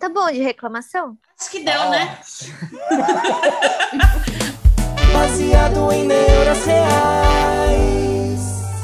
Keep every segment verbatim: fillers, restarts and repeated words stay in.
Tá bom de reclamação? Acho que deu, oh. né? Baseado em neuras reais.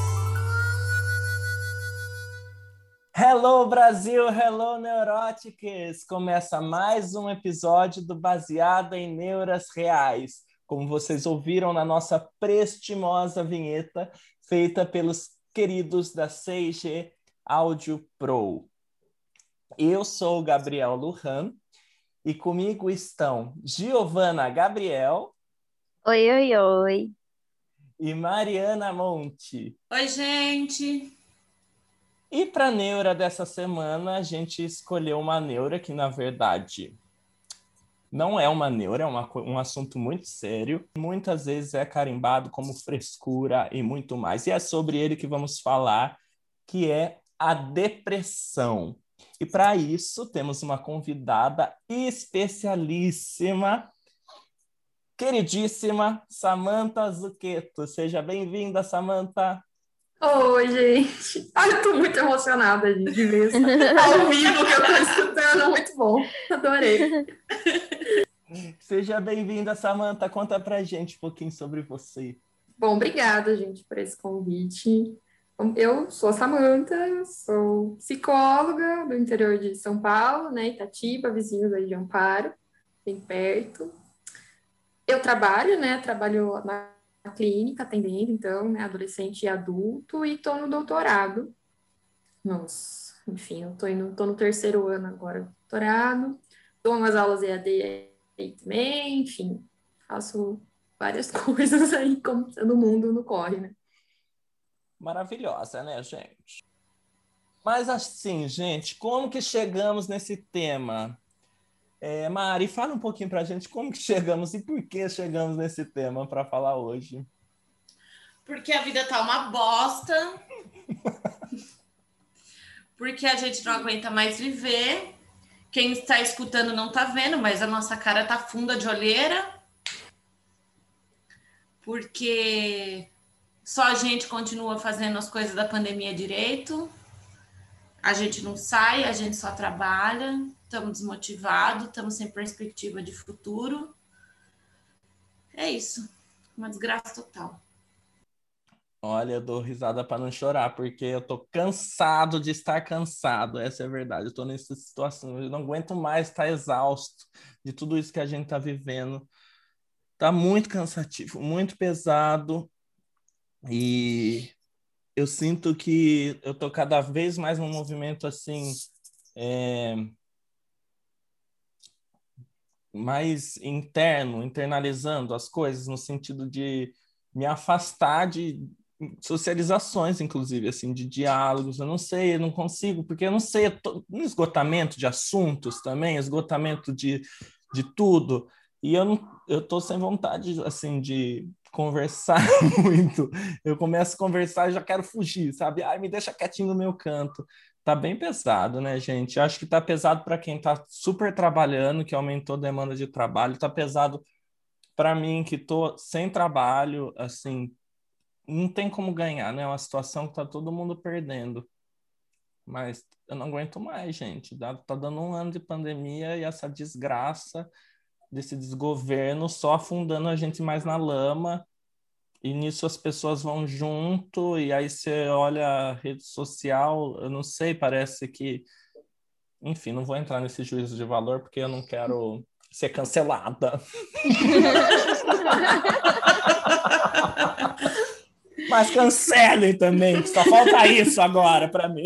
Hello, Brasil! Hello, Neuróticos! Começa mais um episódio do Baseado em Neuras Reais. Como vocês ouviram na nossa prestimosa vinheta, feita pelos queridos da C I G Audio Pro. Eu sou o Gabriel Lujan e comigo estão Giovana Gabriel. Oi, oi, oi. E Mariana Monte. Oi, gente. E para a neura dessa semana, a gente escolheu uma neura que, na verdade, não é uma neura, é uma, um assunto muito sério. Muitas vezes é carimbado como frescura e muito mais. E é sobre ele que vamos falar, que é a depressão. E para isso, temos uma convidada especialíssima, queridíssima Samantha Zucchetto. Seja bem-vinda, Samantha. Oi, gente. Ai, eu tô muito emocionada, gente, de ver ao vivo que eu tô escutando. Muito bom. Adorei. Seja bem-vinda, Samantha. Conta pra gente um pouquinho sobre você. Bom, obrigada, gente, por esse convite. Eu sou a Samantha, sou psicóloga do interior de São Paulo, né, Itatiba, vizinhos aí de Amparo, bem perto. Eu trabalho, né, trabalho na clínica, atendendo, então, né, adolescente e adulto, e estou no doutorado. Nossa, enfim, eu tô, indo, tô no terceiro ano agora do doutorado, dou umas aulas E A D aí também, enfim, faço várias coisas aí, como no mundo, no corre, né. Maravilhosa, né, gente? Mas assim, gente, como que chegamos nesse tema? É, Mari, fala um pouquinho pra gente como que chegamos e por que chegamos nesse tema para falar hoje. Porque a vida tá uma bosta. Porque a gente não aguenta mais viver. Quem está escutando não tá vendo, mas a nossa cara tá funda de olheira. Porque só a gente continua fazendo as coisas da pandemia direito. A gente não sai, a gente só trabalha. Estamos desmotivados, estamos sem perspectiva de futuro. É isso. Uma desgraça total. Olha, eu dou risada para não chorar, porque eu tô cansado de estar cansado. Essa é a verdade. Eu tô nessa situação, eu não aguento mais estar exausto de tudo isso que a gente tá vivendo. Tá muito cansativo, muito pesado. E eu sinto que eu tô cada vez mais num movimento assim, é, mais interno, internalizando as coisas no sentido de me afastar de socializações, inclusive, assim, de diálogos. Eu não sei, eu não consigo, porque eu não sei, eu tô no esgotamento de assuntos também, esgotamento de, de tudo. E eu não, eu tô sem vontade, assim, de conversar muito. Eu começo a conversar e já quero fugir, sabe? Ai, me deixa quietinho no meu canto. Tá bem pesado, né, gente? Acho que tá pesado para quem tá super trabalhando, que aumentou a demanda de trabalho. Tá pesado para mim, que tô sem trabalho, assim, não tem como ganhar, né? É uma situação que tá todo mundo perdendo. Mas eu não aguento mais, gente. Tá dando um ano de pandemia e essa desgraça desse desgoverno só afundando a gente mais na lama, e nisso as pessoas vão junto, e aí você olha a rede social, eu não sei, parece que... Enfim, não vou entrar nesse juízo de valor, porque eu não quero ser cancelada. Mas cancelem também, que só falta isso agora para mim.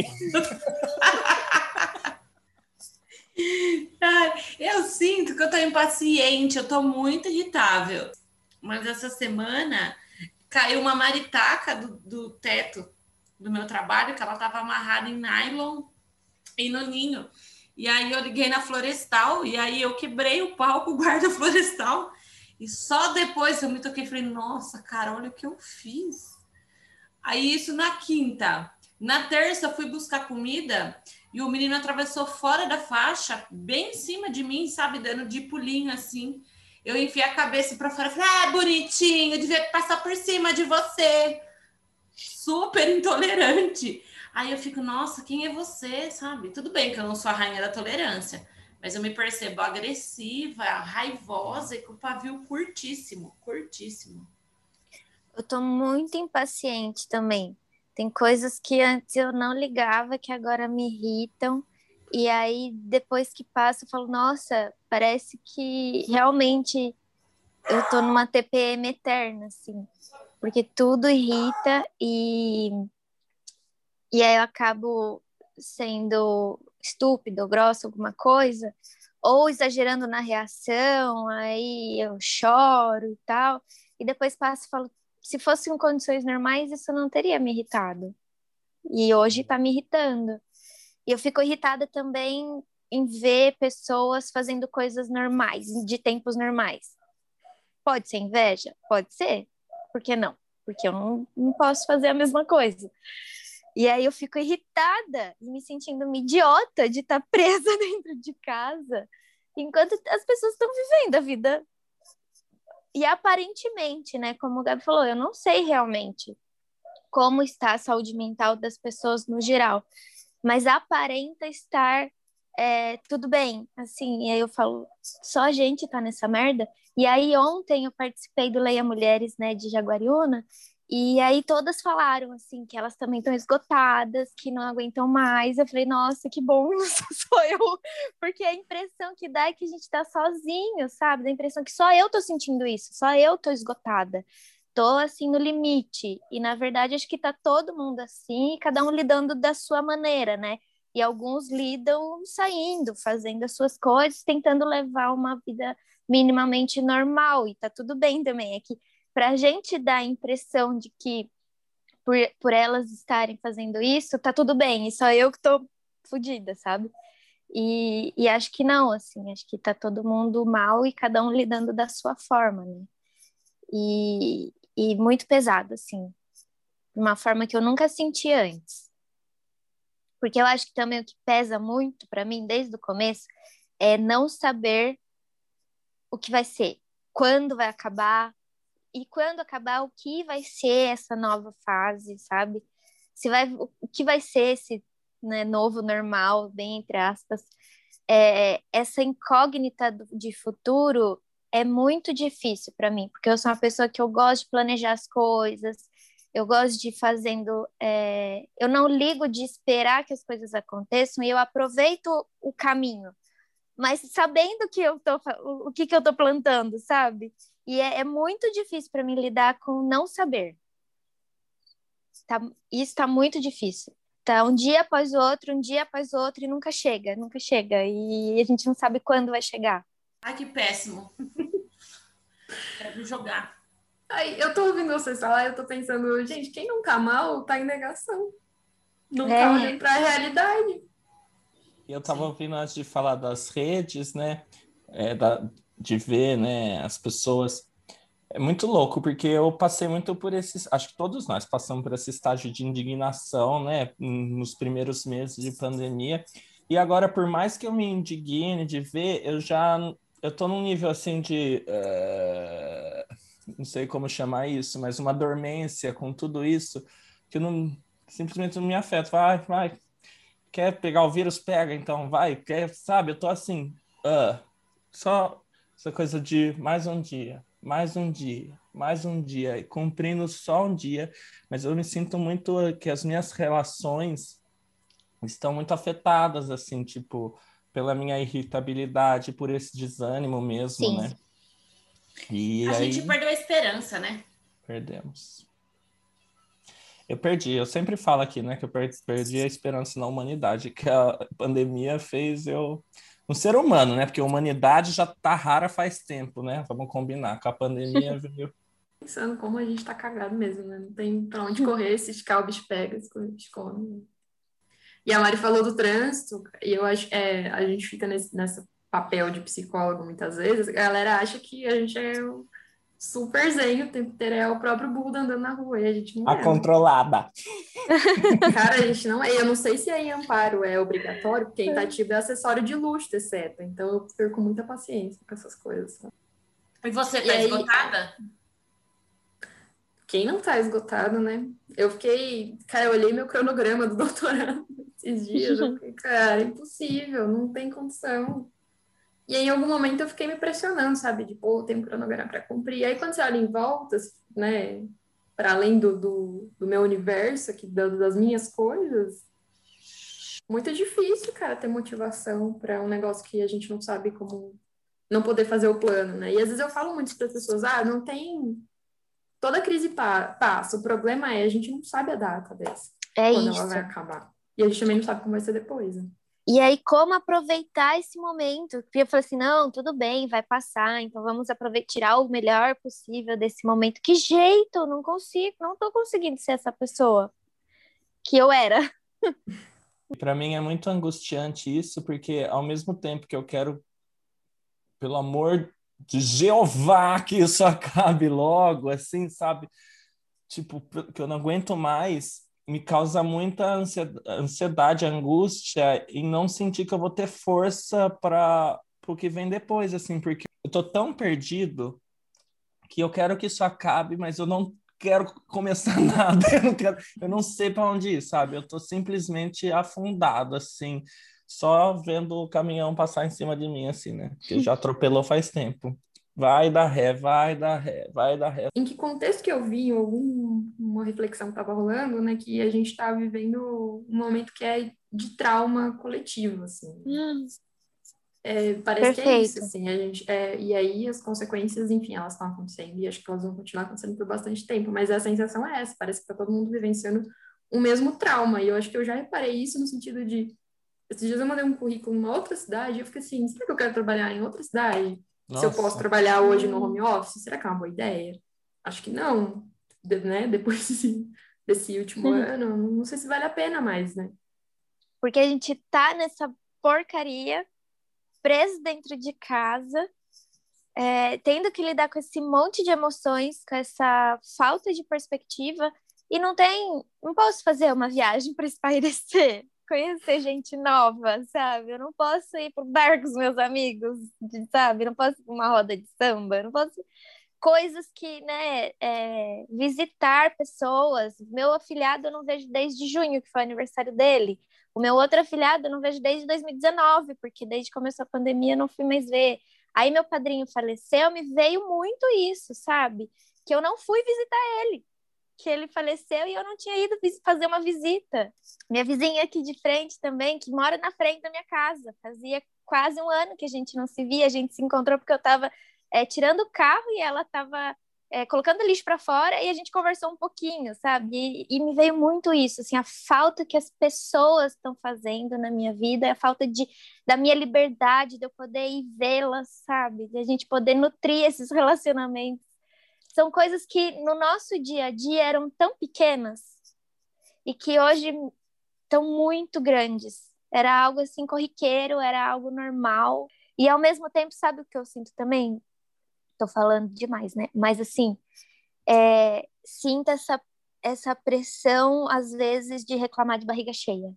Eu sinto que eu tô impaciente, eu tô muito irritável. Mas essa semana caiu uma maritaca do, do teto do meu trabalho, que ela tava amarrada em nylon e no ninho. E aí eu liguei na Florestal, e aí eu quebrei o pau com o guarda florestal. E só depois eu me toquei e falei, nossa, cara, olha o que eu fiz. Aí isso na quinta. Na terça eu fui buscar comida e o menino atravessou fora da faixa, bem em cima de mim, sabe, dando de pulinho assim. Eu enfiei a cabeça para fora e falei, ah, bonitinho, eu devia passar por cima de você. Super intolerante. Aí eu fico, nossa, quem é você, sabe? Tudo bem que eu não sou a rainha da tolerância, Mas eu me percebo agressiva, raivosa e com o pavio curtíssimo, curtíssimo. Eu tô muito impaciente também. Tem coisas que antes eu não ligava, que agora me irritam. E aí, depois que passa, eu falo, nossa, parece que realmente eu tô numa T P M eterna, assim. Porque tudo irrita e, e aí eu acabo sendo estúpido ou grossa, alguma coisa, ou exagerando na reação, aí eu choro e tal. E depois passo e falo, se fosse em condições normais, isso não teria me irritado. E hoje tá me irritando. E eu fico irritada também em ver pessoas fazendo coisas normais, de tempos normais. Pode ser inveja? Pode ser. Por que não? Porque eu não, não posso fazer a mesma coisa. E aí eu fico irritada e me sentindo uma idiota de estar presa dentro de casa, enquanto as pessoas estão vivendo a vida. E aparentemente, né, como o Gabi falou, eu não sei realmente como está a saúde mental das pessoas no geral, mas aparenta estar é, tudo bem, assim, e aí eu falo, só a gente tá nessa merda. E aí ontem eu participei do Leia Mulheres, né, de Jaguariúna, e aí todas falaram, assim, que elas também estão esgotadas, que não aguentam mais. Eu falei, nossa, que bom, não sou eu, porque a impressão que dá é que a gente tá sozinho, sabe? Dá a impressão que só eu tô sentindo isso, só eu tô esgotada. Tô, assim, no limite. E, na verdade, acho que tá todo mundo assim, cada um lidando da sua maneira, né? E alguns lidam saindo, fazendo as suas coisas, tentando levar uma vida minimamente normal, e tá tudo bem também. É que pra gente dar a impressão de que por, por elas estarem fazendo isso, tá tudo bem, e só eu que tô fodida, sabe? E, e acho que não, assim, acho que tá todo mundo mal e cada um lidando da sua forma, né? E, e muito pesado, assim, de uma forma que eu nunca senti antes. Porque eu acho que também o que pesa muito para mim desde o começo é não saber o que vai ser, quando vai acabar e quando acabar o que vai ser essa nova fase, sabe? Se vai, o que vai ser esse, né, novo normal, bem entre aspas. É, essa incógnita do, de futuro é muito difícil para mim, porque eu sou uma pessoa que eu gosto de planejar as coisas, eu gosto de ir fazendo, é, eu não ligo de esperar que as coisas aconteçam e eu aproveito o caminho, mas sabendo que eu tô, o, o que, que eu tô plantando, sabe? E é, é muito difícil para mim lidar com não saber. Tá, isso está muito difícil. Tá um dia após o outro, um dia após o outro, e nunca chega, nunca chega. E a gente não sabe quando vai chegar. Ai, que péssimo. Quero jogar. Aí, eu tô ouvindo vocês falar, eu tô pensando, gente, quem não tá mal tá em negação. Não É. tá olhando pra realidade. E eu estava ouvindo antes de falar das redes, né? É, da, de ver, né, as pessoas. É muito louco, porque eu passei muito por esses. Acho que todos nós passamos por esse estágio de indignação, né? Nos primeiros meses de pandemia. E agora, por mais que eu me indigne de ver, eu já. Eu tô num nível assim de. Uh, não sei como chamar isso, mas uma dormência com tudo isso, que não, simplesmente não me afeta. Vai, vai. Quer pegar o vírus? Pega, então vai. Quer, sabe? Eu tô assim, uh, só essa coisa de mais um dia, mais um dia, mais um dia, e cumprindo só um dia. Mas eu me sinto muito que as minhas relações estão muito afetadas, assim, tipo, pela minha irritabilidade, por esse desânimo mesmo, Sim. né? E A aí gente perdeu a esperança, né? perdemos. Eu perdi, eu sempre falo aqui, né, que eu perdi a esperança na humanidade, que a pandemia fez eu um ser humano, né, porque a humanidade já tá rara faz tempo, né, vamos combinar, com a pandemia veio... Pensando como a gente tá cagado mesmo, né? Não tem pra onde correr, se esticar o bicho pega, se correr o bicho come. E a Mari falou do trânsito, e eu acho que é, a gente fica nesse, nesse papel de psicólogo muitas vezes, a galera acha que a gente é o super zen o tempo inteiro, é o próprio Buda andando na rua, e a gente não A é. controlada. Cara, a gente não é. Eu não sei se aí em Amparo é obrigatório, porque em Itatiba é acessório de luxo ter seta, então eu perco muita paciência com essas coisas. E você E tá aí- esgotada? Quem não tá esgotado, né? Eu fiquei... Cara, eu olhei meu cronograma do doutorado esses dias, eu fiquei, cara, impossível, não tem condição. E aí, em algum momento eu fiquei me pressionando, sabe? De, pô, tem um cronograma para cumprir. E aí, quando você olha em volta, né? Para além do, do, do meu universo aqui, das minhas coisas, muito difícil, cara, ter motivação para um negócio que a gente não sabe como não poder fazer o plano, né? E às vezes eu falo muito para as pessoas, ah, não tem... Toda crise pa- passa, o problema é a gente não sabe a data dessa, É quando ela isso. vai acabar. E a gente também não sabe como vai ser depois, né? E aí, como aproveitar esse momento? Porque eu falei assim, não, tudo bem, vai passar, então vamos aproveitar, tirar o melhor possível desse momento. Que jeito? Não consigo, não tô conseguindo ser essa pessoa que eu era. E para mim é muito angustiante isso, porque ao mesmo tempo que eu quero, pelo amor de Jeová, que isso acabe logo, assim, sabe? Tipo, que eu não aguento mais, me causa muita ansiedade, angústia, e não sentir que eu vou ter força para o que vem depois, assim, porque eu tô tão perdido que eu quero que isso acabe, mas eu não quero começar nada, eu não quero, eu não sei para onde ir, sabe? Eu tô simplesmente afundado, assim, só vendo o caminhão passar em cima de mim, assim, né? Porque já atropelou faz tempo. Vai dar ré, vai dar ré, vai dar ré. Em que contexto que eu vi, alguma reflexão que estava rolando, né, que a gente está vivendo um momento que é de trauma coletivo, assim. Hum, É, parece que é isso, perfeito. assim, a gente, é, e aí as consequências, enfim, elas estão acontecendo e acho que elas vão continuar acontecendo por bastante tempo, mas a sensação é essa, parece que está todo mundo vivenciando o mesmo trauma, e eu acho que eu já reparei isso no sentido de, esses dias eu mandei um currículo numa outra cidade e eu fiquei assim, será que eu quero trabalhar em outra cidade? Se eu posso Nossa. trabalhar hoje no home office, será que é uma boa ideia? Acho que não, de- né? Depois desse, desse último ano, não sei se vale a pena mais, né? Porque a gente tá nessa porcaria, preso dentro de casa, é, tendo que lidar com esse monte de emoções, com essa falta de perspectiva, e não tem, não posso fazer uma viagem para espairecer, conhecer gente nova, sabe? Eu não posso ir pro bar com os meus amigos, de- sabe? Eu não posso ir pra uma roda de samba, eu não posso coisas que, né, é, visitar pessoas. Meu afilhado eu não vejo desde junho, que foi o aniversário dele. O meu outro afilhado eu não vejo desde dois mil e dezenove, porque desde que começou a pandemia eu não fui mais ver. Aí meu padrinho faleceu, me veio muito isso, sabe? Que eu não fui visitar ele, que ele faleceu e eu não tinha ido fazer uma visita. Minha vizinha aqui de frente também, que mora na frente da minha casa, fazia quase um ano que a gente não se via, a gente se encontrou porque eu estava é, tirando o carro e ela estava é, colocando lixo para fora e a gente conversou um pouquinho, sabe? E, e, me veio muito isso, assim, a falta que as pessoas estão fazendo na minha vida, a falta de, da minha liberdade, de eu poder ir vê-las, sabe? De a gente poder nutrir esses relacionamentos. São coisas que no nosso dia a dia eram tão pequenas e que hoje estão muito grandes. Era algo assim corriqueiro, era algo normal. E ao mesmo tempo, sabe o que eu sinto também? Tô falando demais, né? Mas assim, é, sinto essa, essa pressão, às vezes, de reclamar de barriga cheia.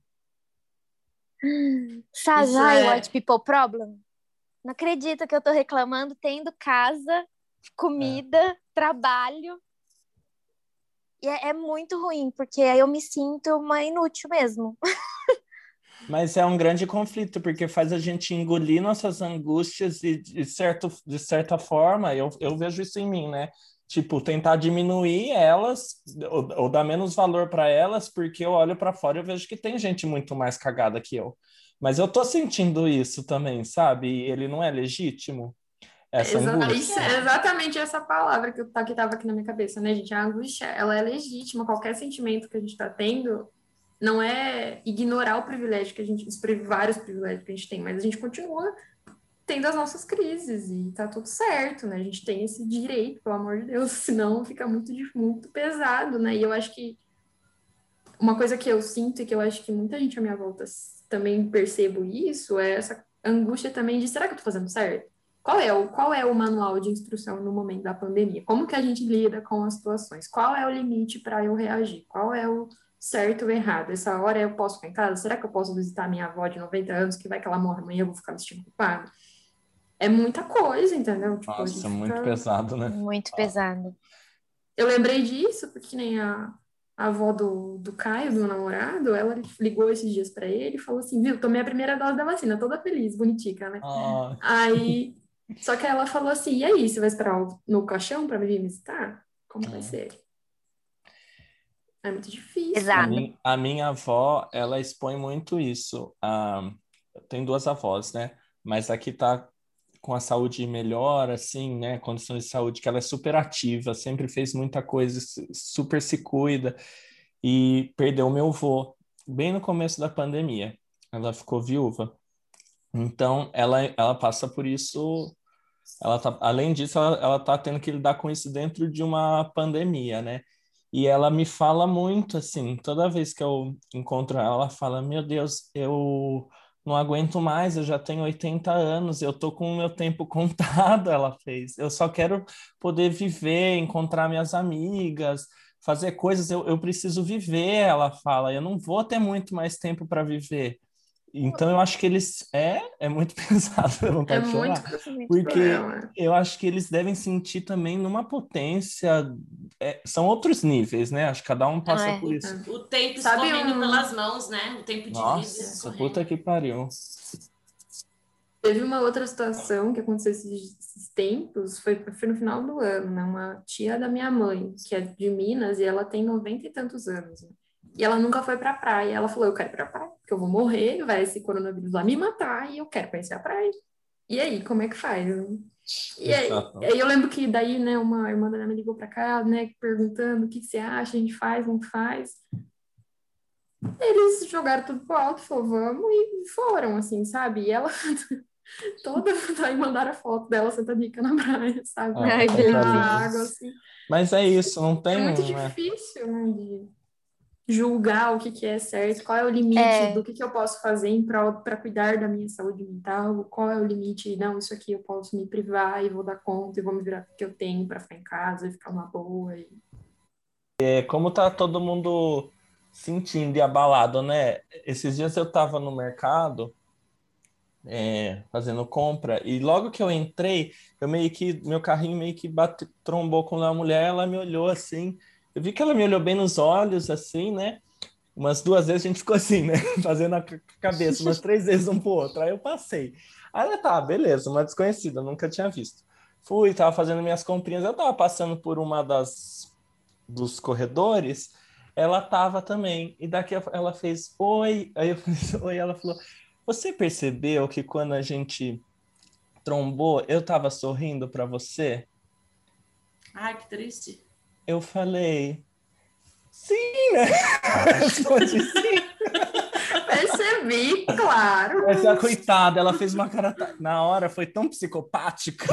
Sabe? Isso Ai, é. white people problem. Não acredito que eu tô reclamando tendo casa, comida, É. trabalho. E é, é muito ruim, porque aí eu me sinto uma inútil mesmo. Mas é um grande conflito, porque faz a gente engolir nossas angústias e, de, certo, de certa forma, eu, eu vejo isso em mim, né? Tipo, tentar diminuir elas ou, ou dar menos valor para elas, porque eu olho para fora e eu vejo que tem gente muito mais cagada que eu. Mas eu tô sentindo isso também, sabe? E ele não é legítimo, É essa exa- isso angústia. é exatamente essa palavra que eu- tá- que estava aqui na minha cabeça, né, gente? A angústia, ela é legítima. Qualquer sentimento que a gente está tendo não é ignorar o privilégio que a gente, os pri- vários privilégios que a gente tem, mas a gente continua tendo as nossas crises e tá tudo certo, né? A gente tem esse direito, pelo amor de Deus, senão fica muito, dif- muito pesado, né? E eu acho que uma coisa que eu sinto e que eu acho que muita gente à minha volta s- também percebo isso é essa angústia também de será que eu tô fazendo certo? Qual é o, qual é o manual de instrução no momento da pandemia? Como que a gente lida com as situações? Qual é o limite para eu reagir? Qual é o certo ou errado? Essa hora eu posso ficar em casa? Será que eu posso visitar minha avó de noventa anos, que vai que ela morre amanhã, eu vou ficar me sentindo culpada? É muita coisa, entendeu? Tipo, a Nossa, gente muito fica... pesado, né? Muito Ah, pesado. Eu lembrei disso, porque nem a, a avó do, do Caio, do meu namorado, ela ligou esses dias pra ele e falou assim, viu, tomei a primeira dose da vacina, toda feliz, bonitica, né? Ah, Aí, só que ela falou assim, e aí, você vai esperar no caixão pra me vir visitar? Como vai ser? É muito difícil. a, Exato. min, a minha avó, ela expõe muito isso. Ah, tem duas avós, né? Mas aqui tá com a saúde melhor, assim, né? Condição de saúde, que ela é super ativa, sempre fez muita coisa, super se cuida. E perdeu meu avô bem no começo da pandemia. Ela ficou viúva. Então, ela, ela passa por isso. Ela tá, além disso, ela, ela tá tendo que lidar com isso dentro de uma pandemia, né? E ela me fala muito, assim, toda vez que eu encontro ela, ela fala: Meu Deus, eu não aguento mais, eu já tenho oitenta anos, eu tô com o meu tempo contado, ela fez. Eu só quero poder viver, encontrar minhas amigas, fazer coisas, eu, eu preciso viver, ela fala, eu não vou ter muito mais tempo para viver. Então eu acho que eles é é muito pesado, eu não É vontade de muito, chorar, muito porque problema. eu acho que eles devem sentir também numa potência, é, são outros níveis, né? Acho que cada um Não passa é? por isso. O tempo Sabe escorrendo um... pelas mãos, né? O tempo de vida Nossa, puta escorrendo. que pariu. Teve uma outra situação que aconteceu esses, esses tempos, foi, foi no final do ano, né? Uma tia da minha mãe, que é de Minas, e ela tem noventa e tantos anos, né? E ela nunca foi pra praia. Ela falou, eu quero ir pra praia, porque eu vou morrer, vai esse coronavírus lá me matar, e eu quero conhecer a praia. E aí, como é que faz? E aí, Exato. aí eu lembro que daí, né, uma irmã da minha mãe ligou pra cá, né, perguntando o que você acha, a gente faz, não faz. Eles jogaram tudo pro alto, falou, vamos, e foram, assim, sabe? E ela toda, aí mandaram a foto dela sentadinha na praia, sabe? Ah, Ai, tá belezinha. Na clarinho. água, assim. Mas é isso, não É tem, muito né? difícil, né, de julgar o que que é certo, qual é o limite É, do que que eu posso fazer em prol para cuidar da minha saúde mental, qual é o limite, não, isso aqui eu posso me privar e vou dar conta e vou me virar porque eu tenho para ficar em casa e ficar uma boa. E... É como tá todo mundo sentindo e abalado, né? Esses dias eu tava no mercado, é, fazendo compra, e logo que eu entrei, eu meio que, meu carrinho meio que bate, trombou com uma mulher, ela me olhou assim, eu vi que ela me olhou bem nos olhos, assim, né? Umas duas vezes a gente ficou assim, né? Fazendo a c- cabeça, umas três vezes um pro outro. Aí eu passei. Aí ela tá, beleza, uma desconhecida, nunca tinha visto. Fui, tava fazendo minhas comprinhas, eu tava passando por uma das dos corredores, ela tava também. E daqui a- ela fez, oi. Aí eu falei, oi. Ela falou, você percebeu que quando a gente trombou, eu tava sorrindo para você? Ai, que triste. Eu falei, sim, né? Respondi sim. Percebi, claro. Mas a coitada, ela fez uma cara. ta- Na hora foi tão psicopática.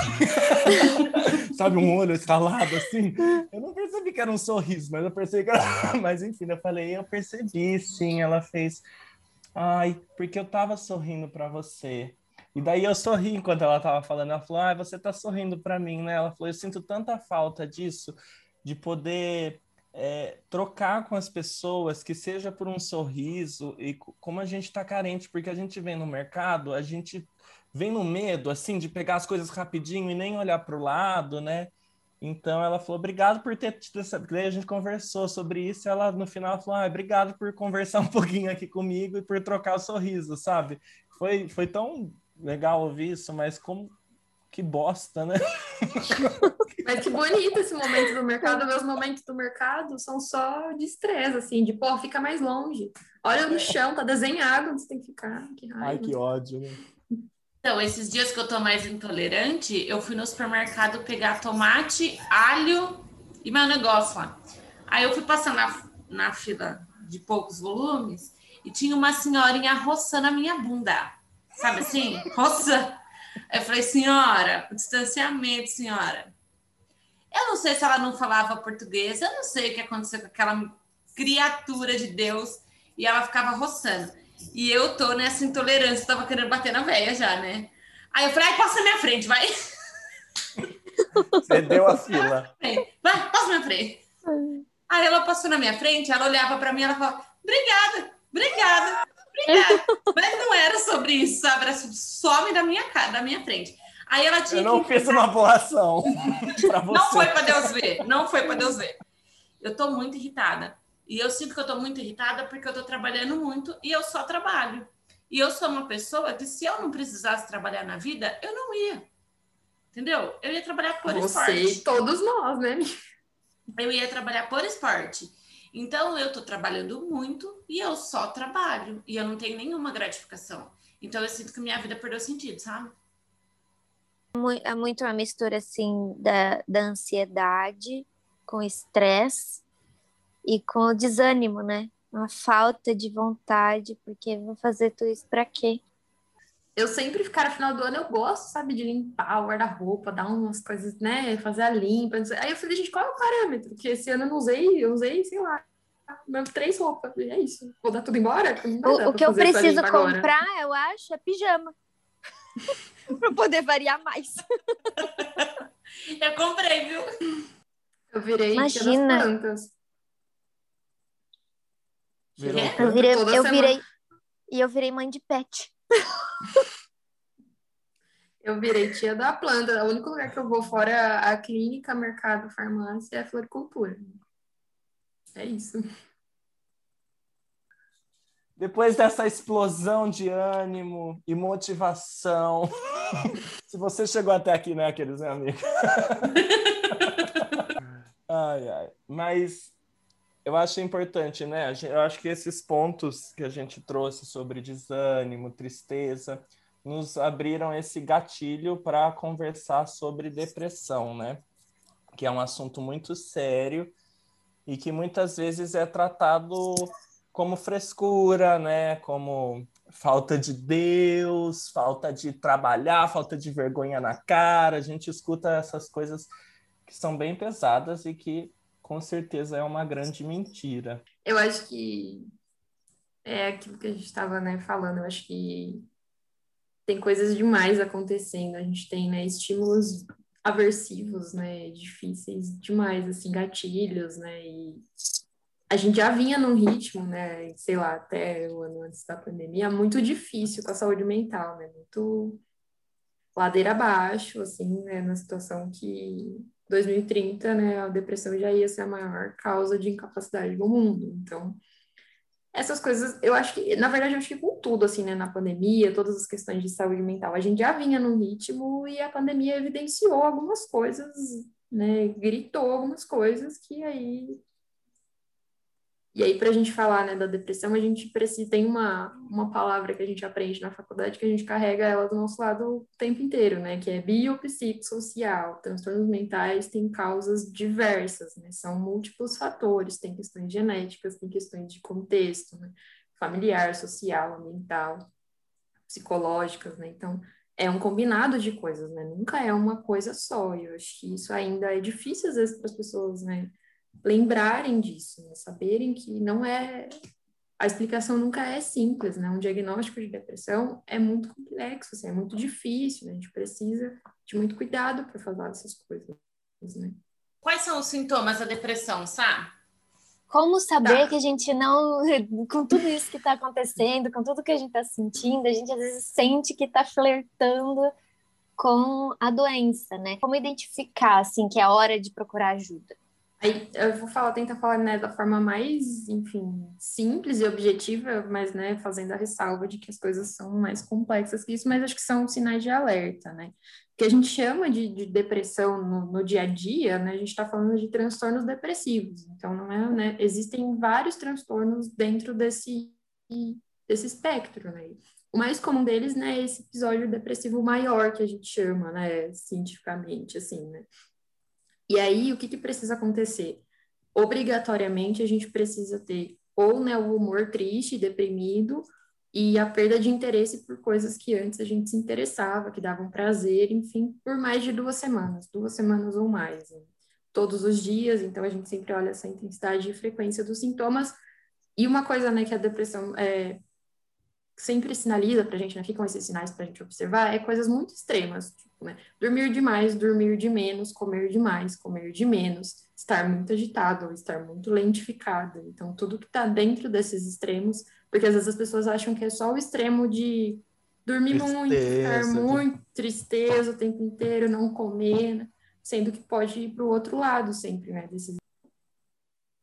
Sabe, um olho estalado assim. Eu não percebi que era um sorriso, mas eu percebi que era. Mas enfim, eu falei, eu percebi, sim. Ela fez. Ai, porque eu tava sorrindo para você. E daí eu sorri enquanto ela tava falando. Ela falou, ai, você tá sorrindo para mim, né? Ela falou, eu sinto tanta falta disso, de poder é, trocar com as pessoas, que seja por um sorriso, e co- como a gente está carente, porque a gente vem no mercado, a gente vem no medo, assim, de pegar as coisas rapidinho e nem olhar para o lado, né? Então ela falou, obrigado por ter tido essa... Daí a gente conversou sobre isso, e ela no final falou, ah, obrigado por conversar um pouquinho aqui comigo e por trocar o sorriso, sabe? Foi, foi tão legal ouvir isso, mas como que bosta, né? Mas que bonito esse momento do mercado. Meus momentos do mercado são só de estresse, assim, de, pô, fica mais longe. Olha no chão, tá desenhado onde você tem que ficar. Que Ai, raiva. que ódio, né? Então, esses dias que eu tô mais intolerante, eu fui no supermercado pegar tomate, alho e meu negócio lá. Aí eu fui passar na, na fila de poucos volumes e tinha uma senhorinha roçando a minha bunda. Sabe assim? Roça. Aí eu falei, senhora, o distanciamento, senhora. Eu não sei se ela não falava português, eu não sei o que aconteceu com aquela criatura de Deus e ela ficava roçando. E eu tô nessa intolerância, tava querendo bater na véia já, né? Aí eu falei, ai, passa na minha frente, vai. Você deu a fila. Vai, passa na minha frente. Aí ela passou na minha frente, ela olhava pra mim e ela falava, obrigada, obrigada, obrigada. Mas não era sobre isso, sabe? Era sobre, some da minha cara, da minha frente. Aí ela tinha Eu não que fiz uma boa ação para você. Não foi pra Deus ver, não foi pra Deus ver. Eu tô muito irritada. E eu sinto que eu tô muito irritada porque eu tô trabalhando muito e eu só trabalho. E eu sou uma pessoa que, se eu não precisasse trabalhar na vida, eu não ia. Entendeu? Eu ia trabalhar por Você esporte. e todos nós, né? Eu ia trabalhar por esporte. Então, eu tô trabalhando muito e eu só trabalho. E eu não tenho nenhuma gratificação. Então, eu sinto que minha vida perdeu sentido, sabe? É muito uma mistura, assim, da, da ansiedade com estresse e com o desânimo, né? Uma falta de vontade, porque vou fazer tudo isso pra quê? Eu sempre, cara, final do ano eu gosto, sabe, de limpar o guarda-roupa, dar umas coisas, né, fazer a limpa. Não sei. Aí eu falei, gente, qual é o parâmetro? Porque esse ano eu não usei, eu usei, sei lá, mesmo três roupas. E é isso. Vou dar tudo embora? Porque não vai dar O, o pra que eu fazer essa preciso limpa agora. comprar, eu acho, é pijama. Pra poder variar mais. Eu comprei, viu? Eu virei tia das Imagina, plantas. Virou o Quê? eu quê? virei, Toda eu semana. virei, e eu virei mãe de pet. Eu virei tia da planta. O único lugar que eu vou fora a clínica, mercado, farmácia é a floricultura. É isso. Depois dessa explosão de ânimo e motivação, se você chegou até aqui, né, aqueles, né, amigo? Ai, ai. Mas eu acho importante, né? a gen- Eu acho que esses pontos que a gente trouxe sobre desânimo, tristeza, nos abriram esse gatilho para conversar sobre depressão, né? Que é um assunto muito sério e que muitas vezes é tratado como frescura, né? Como falta de Deus, falta de trabalhar, falta de vergonha na cara. A gente escuta essas coisas que são bem pesadas e que com certeza é uma grande mentira. Eu acho que é aquilo que a gente estava, né, falando. Eu acho que tem coisas demais acontecendo. A gente tem, né, estímulos aversivos, né, difíceis demais, assim, gatilhos, né, e a gente já vinha num ritmo, né, sei lá, até o ano antes da pandemia, muito difícil com a saúde mental, né, muito ladeira abaixo, assim, né, na situação que dois mil e trinta, né, a depressão já ia ser a maior causa de incapacidade do mundo. Então, essas coisas, eu acho que, na verdade, eu acho que com tudo, assim, né, na pandemia, todas as questões de saúde mental, a gente já vinha num ritmo e a pandemia evidenciou algumas coisas, né, gritou algumas coisas que aí e aí, para a gente falar, né, da depressão, a gente precisa, tem uma, uma palavra que a gente aprende na faculdade que a gente carrega ela do nosso lado o tempo inteiro, né, que é biopsicossocial. Transtornos mentais têm causas diversas, né, são múltiplos fatores, tem questões genéticas, tem questões de contexto, né, familiar, social, ambiental, psicológicas, né, então é um combinado de coisas, né, nunca é uma coisa só, e eu acho que isso ainda é difícil às vezes para as pessoas, né, lembrarem disso, né? Saberem que não é a explicação nunca é simples, né? Um diagnóstico de depressão é muito complexo, assim, é muito difícil, né? A gente precisa de muito cuidado para falar dessas coisas, né? Quais são os sintomas da depressão, Sá? Como saber Tá. que a gente não, com tudo isso que está acontecendo, com tudo que a gente está sentindo, a gente às vezes sente que está flertando com a doença, né? Como identificar, assim, que é a hora de procurar ajuda? Aí eu vou falar, tentar falar, né, da forma mais, enfim, simples e objetiva, mas, né, fazendo a ressalva de que as coisas são mais complexas que isso, mas acho que são sinais de alerta, né? O que a gente chama de, de depressão no, no dia a dia, né, a gente está falando de transtornos depressivos, então não é, né, existem vários transtornos dentro desse, desse espectro, né? O mais comum deles, né, é esse episódio depressivo maior que a gente chama, né, cientificamente, assim, né? E aí, o que, que precisa acontecer? Obrigatoriamente, a gente precisa ter ou, né, o humor triste, deprimido, e a perda de interesse por coisas que antes a gente se interessava, que davam prazer, enfim, por mais de duas semanas, duas semanas ou mais, né? Todos os dias, então a gente sempre olha essa intensidade e frequência dos sintomas. E uma coisa, né, que a depressão é, sempre sinaliza para a gente, né, ficam esses sinais para a gente observar, é coisas muito extremas, tipo, né, dormir demais, dormir de menos, comer demais, comer de menos, estar muito agitado, estar muito lentificado. Então, tudo que está dentro desses extremos, porque às vezes as pessoas acham que é só o extremo de dormir muito, ficar Tristeza, de... muito, tristeza o tempo inteiro, não comer, né, sendo que pode ir para o outro lado sempre, né, desses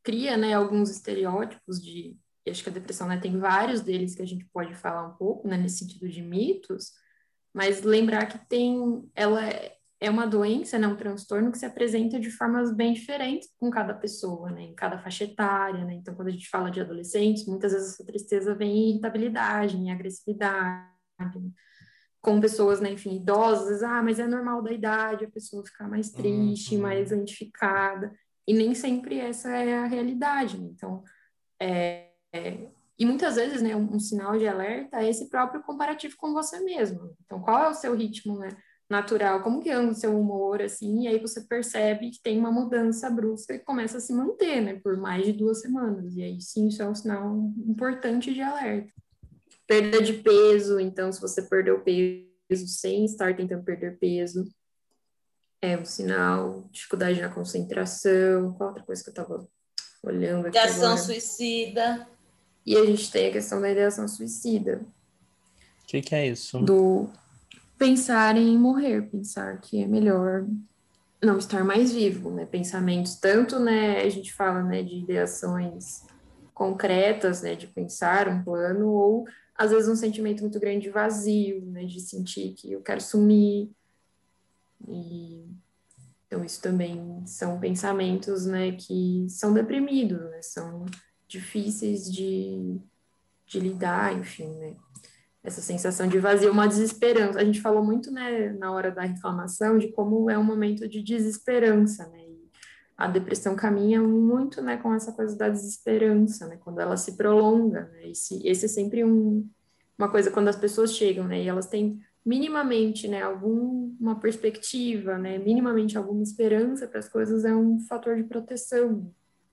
cria, né, alguns estereótipos de... Eu acho que a depressão, né, tem vários deles que a gente pode falar um pouco, né, nesse sentido de mitos, mas lembrar que tem, ela é é uma doença, né, um transtorno que se apresenta de formas bem diferentes com cada pessoa, né, em cada faixa etária, né, então quando a gente fala de adolescentes, muitas vezes essa tristeza vem em irritabilidade, em agressividade, com pessoas, né, enfim, idosas, ah, mas é normal da idade a pessoa ficar mais triste, Uhum. mais lentificada, e nem sempre essa é a realidade, né? Então, é, é, e muitas vezes, né, um, um sinal de alerta é esse próprio comparativo com você mesmo. Então, qual é o seu ritmo, né, natural? Como que anda o seu humor, assim? E aí você percebe que tem uma mudança brusca que começa a se manter, né, por mais de duas semanas. E aí, sim, isso é um sinal importante de alerta. Perda de peso, então, se você perdeu peso sem estar tentando perder peso, é um sinal. Dificuldade na concentração. Qual outra coisa que eu estava olhando aqui Ideação agora? suicida. E a gente tem a questão da ideação suicida. O que, que é isso? Do pensar em morrer, pensar que é melhor não estar mais vivo, né? Pensamentos, tanto, né, a gente fala, né, de ideações concretas, né, de pensar um plano, ou às vezes um sentimento muito grande de vazio, né, de sentir que eu quero sumir. E então isso também são pensamentos, né, que são deprimidos, né, são difíceis de, de lidar, enfim, né. Essa sensação de vazio, uma desesperança. A gente falou muito, né, na hora da reclamação, de como é um momento de desesperança, né, e a depressão caminha muito, né, com essa coisa da desesperança, né, quando ela se prolonga, né, esse, esse é sempre um, uma coisa, quando as pessoas chegam, né, e elas têm minimamente, né, alguma perspectiva, né, minimamente alguma esperança para as coisas, é um fator de proteção.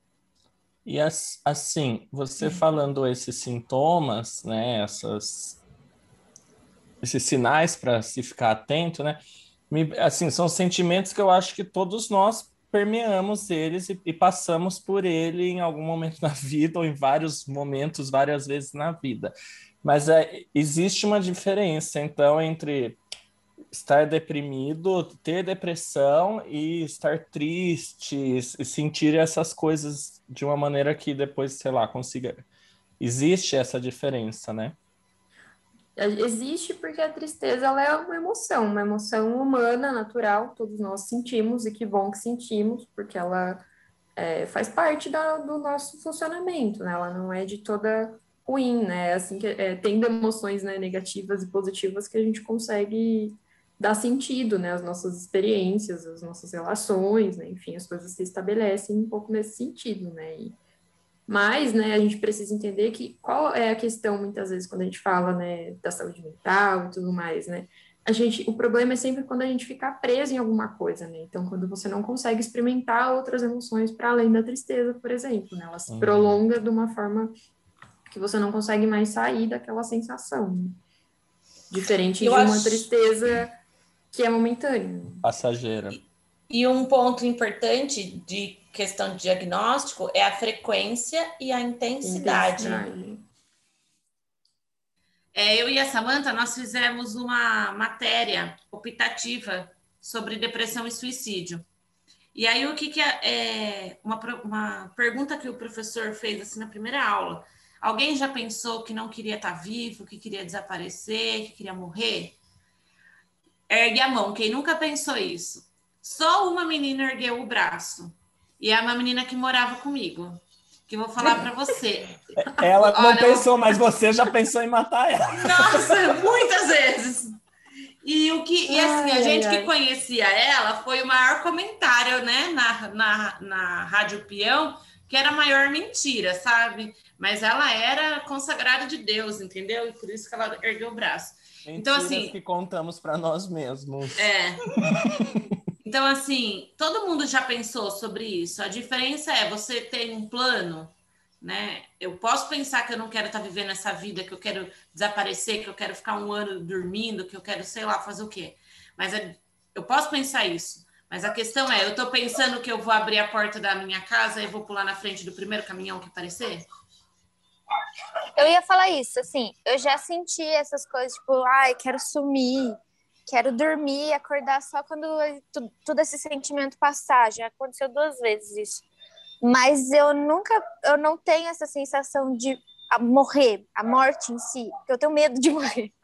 E assim, você falando esses sintomas, né, essas, esses sinais para se ficar atento, né, me, assim, são sentimentos que eu acho que todos nós permeamos eles e, e passamos por ele em algum momento na vida ou em vários momentos, várias vezes na vida. Mas é, existe uma diferença, então, entre estar deprimido, ter depressão e estar triste, e sentir essas coisas de uma maneira que depois, sei lá, consiga. Existe essa diferença, né? Existe porque a tristeza ela é uma emoção, uma emoção humana, natural, todos nós sentimos, e que bom que sentimos, porque ela é, faz parte da, do nosso funcionamento, né? Ela não é de toda ruim, né? Assim que é, tendo emoções, né, negativas e positivas que a gente consegue dar sentido, né, às nossas experiências, às nossas relações, né? Enfim, as coisas se estabelecem um pouco nesse sentido, né? E, mas, né, a gente precisa entender que qual é a questão, muitas vezes, quando a gente fala, né, da saúde mental e tudo mais, né? A gente, o problema é sempre quando a gente fica preso em alguma coisa, né? Então, quando você não consegue experimentar outras emoções para além da tristeza, por exemplo, né? Ela se Uhum. prolonga de uma forma que você não consegue mais sair daquela sensação, né? Diferente Eu de uma acho- tristeza que é momentânea. Passageira. E um ponto importante de questão de diagnóstico é a frequência e a intensidade. Intensidade. É, eu e a Samantha, nós fizemos uma matéria optativa sobre depressão e suicídio. E aí, o que, que é, é uma, uma pergunta que o professor fez assim, na primeira aula. Alguém já pensou que não queria estar vivo, que queria desaparecer, que queria morrer? Ergue a mão, quem nunca pensou isso? Só uma menina ergueu o braço. E é uma menina que morava comigo. Que eu vou falar para você. Ela não Olha, pensou, mas você já pensou em matar ela. Nossa, muitas vezes. E, o que, e assim, a Ai, gente ai, que ai. conhecia ela foi o maior comentário, né, na, na, na Rádio Peão, que era a maior mentira, sabe? Mas ela era consagrada de Deus, entendeu? E por isso que ela ergueu o braço. Mentiras Então, assim, que contamos para nós mesmos. é. Então, assim, todo mundo já pensou sobre isso. A diferença é você ter um plano, né? Eu posso pensar que eu não quero estar vivendo essa vida, que eu quero desaparecer, que eu quero ficar um ano dormindo, que eu quero, sei lá, fazer o quê. Mas eu posso pensar isso. Mas a questão é, eu estou pensando que eu vou abrir a porta da minha casa e vou pular na frente do primeiro caminhão que aparecer? Eu ia falar isso, assim, eu já senti essas coisas, tipo, ai, quero sumir, quero dormir, acordar só quando tudo esse sentimento passar. Já aconteceu duas vezes isso. mas eu nunca, eu não tenho essa sensação de a morrer, a morte em si, porque eu tenho medo de morrer.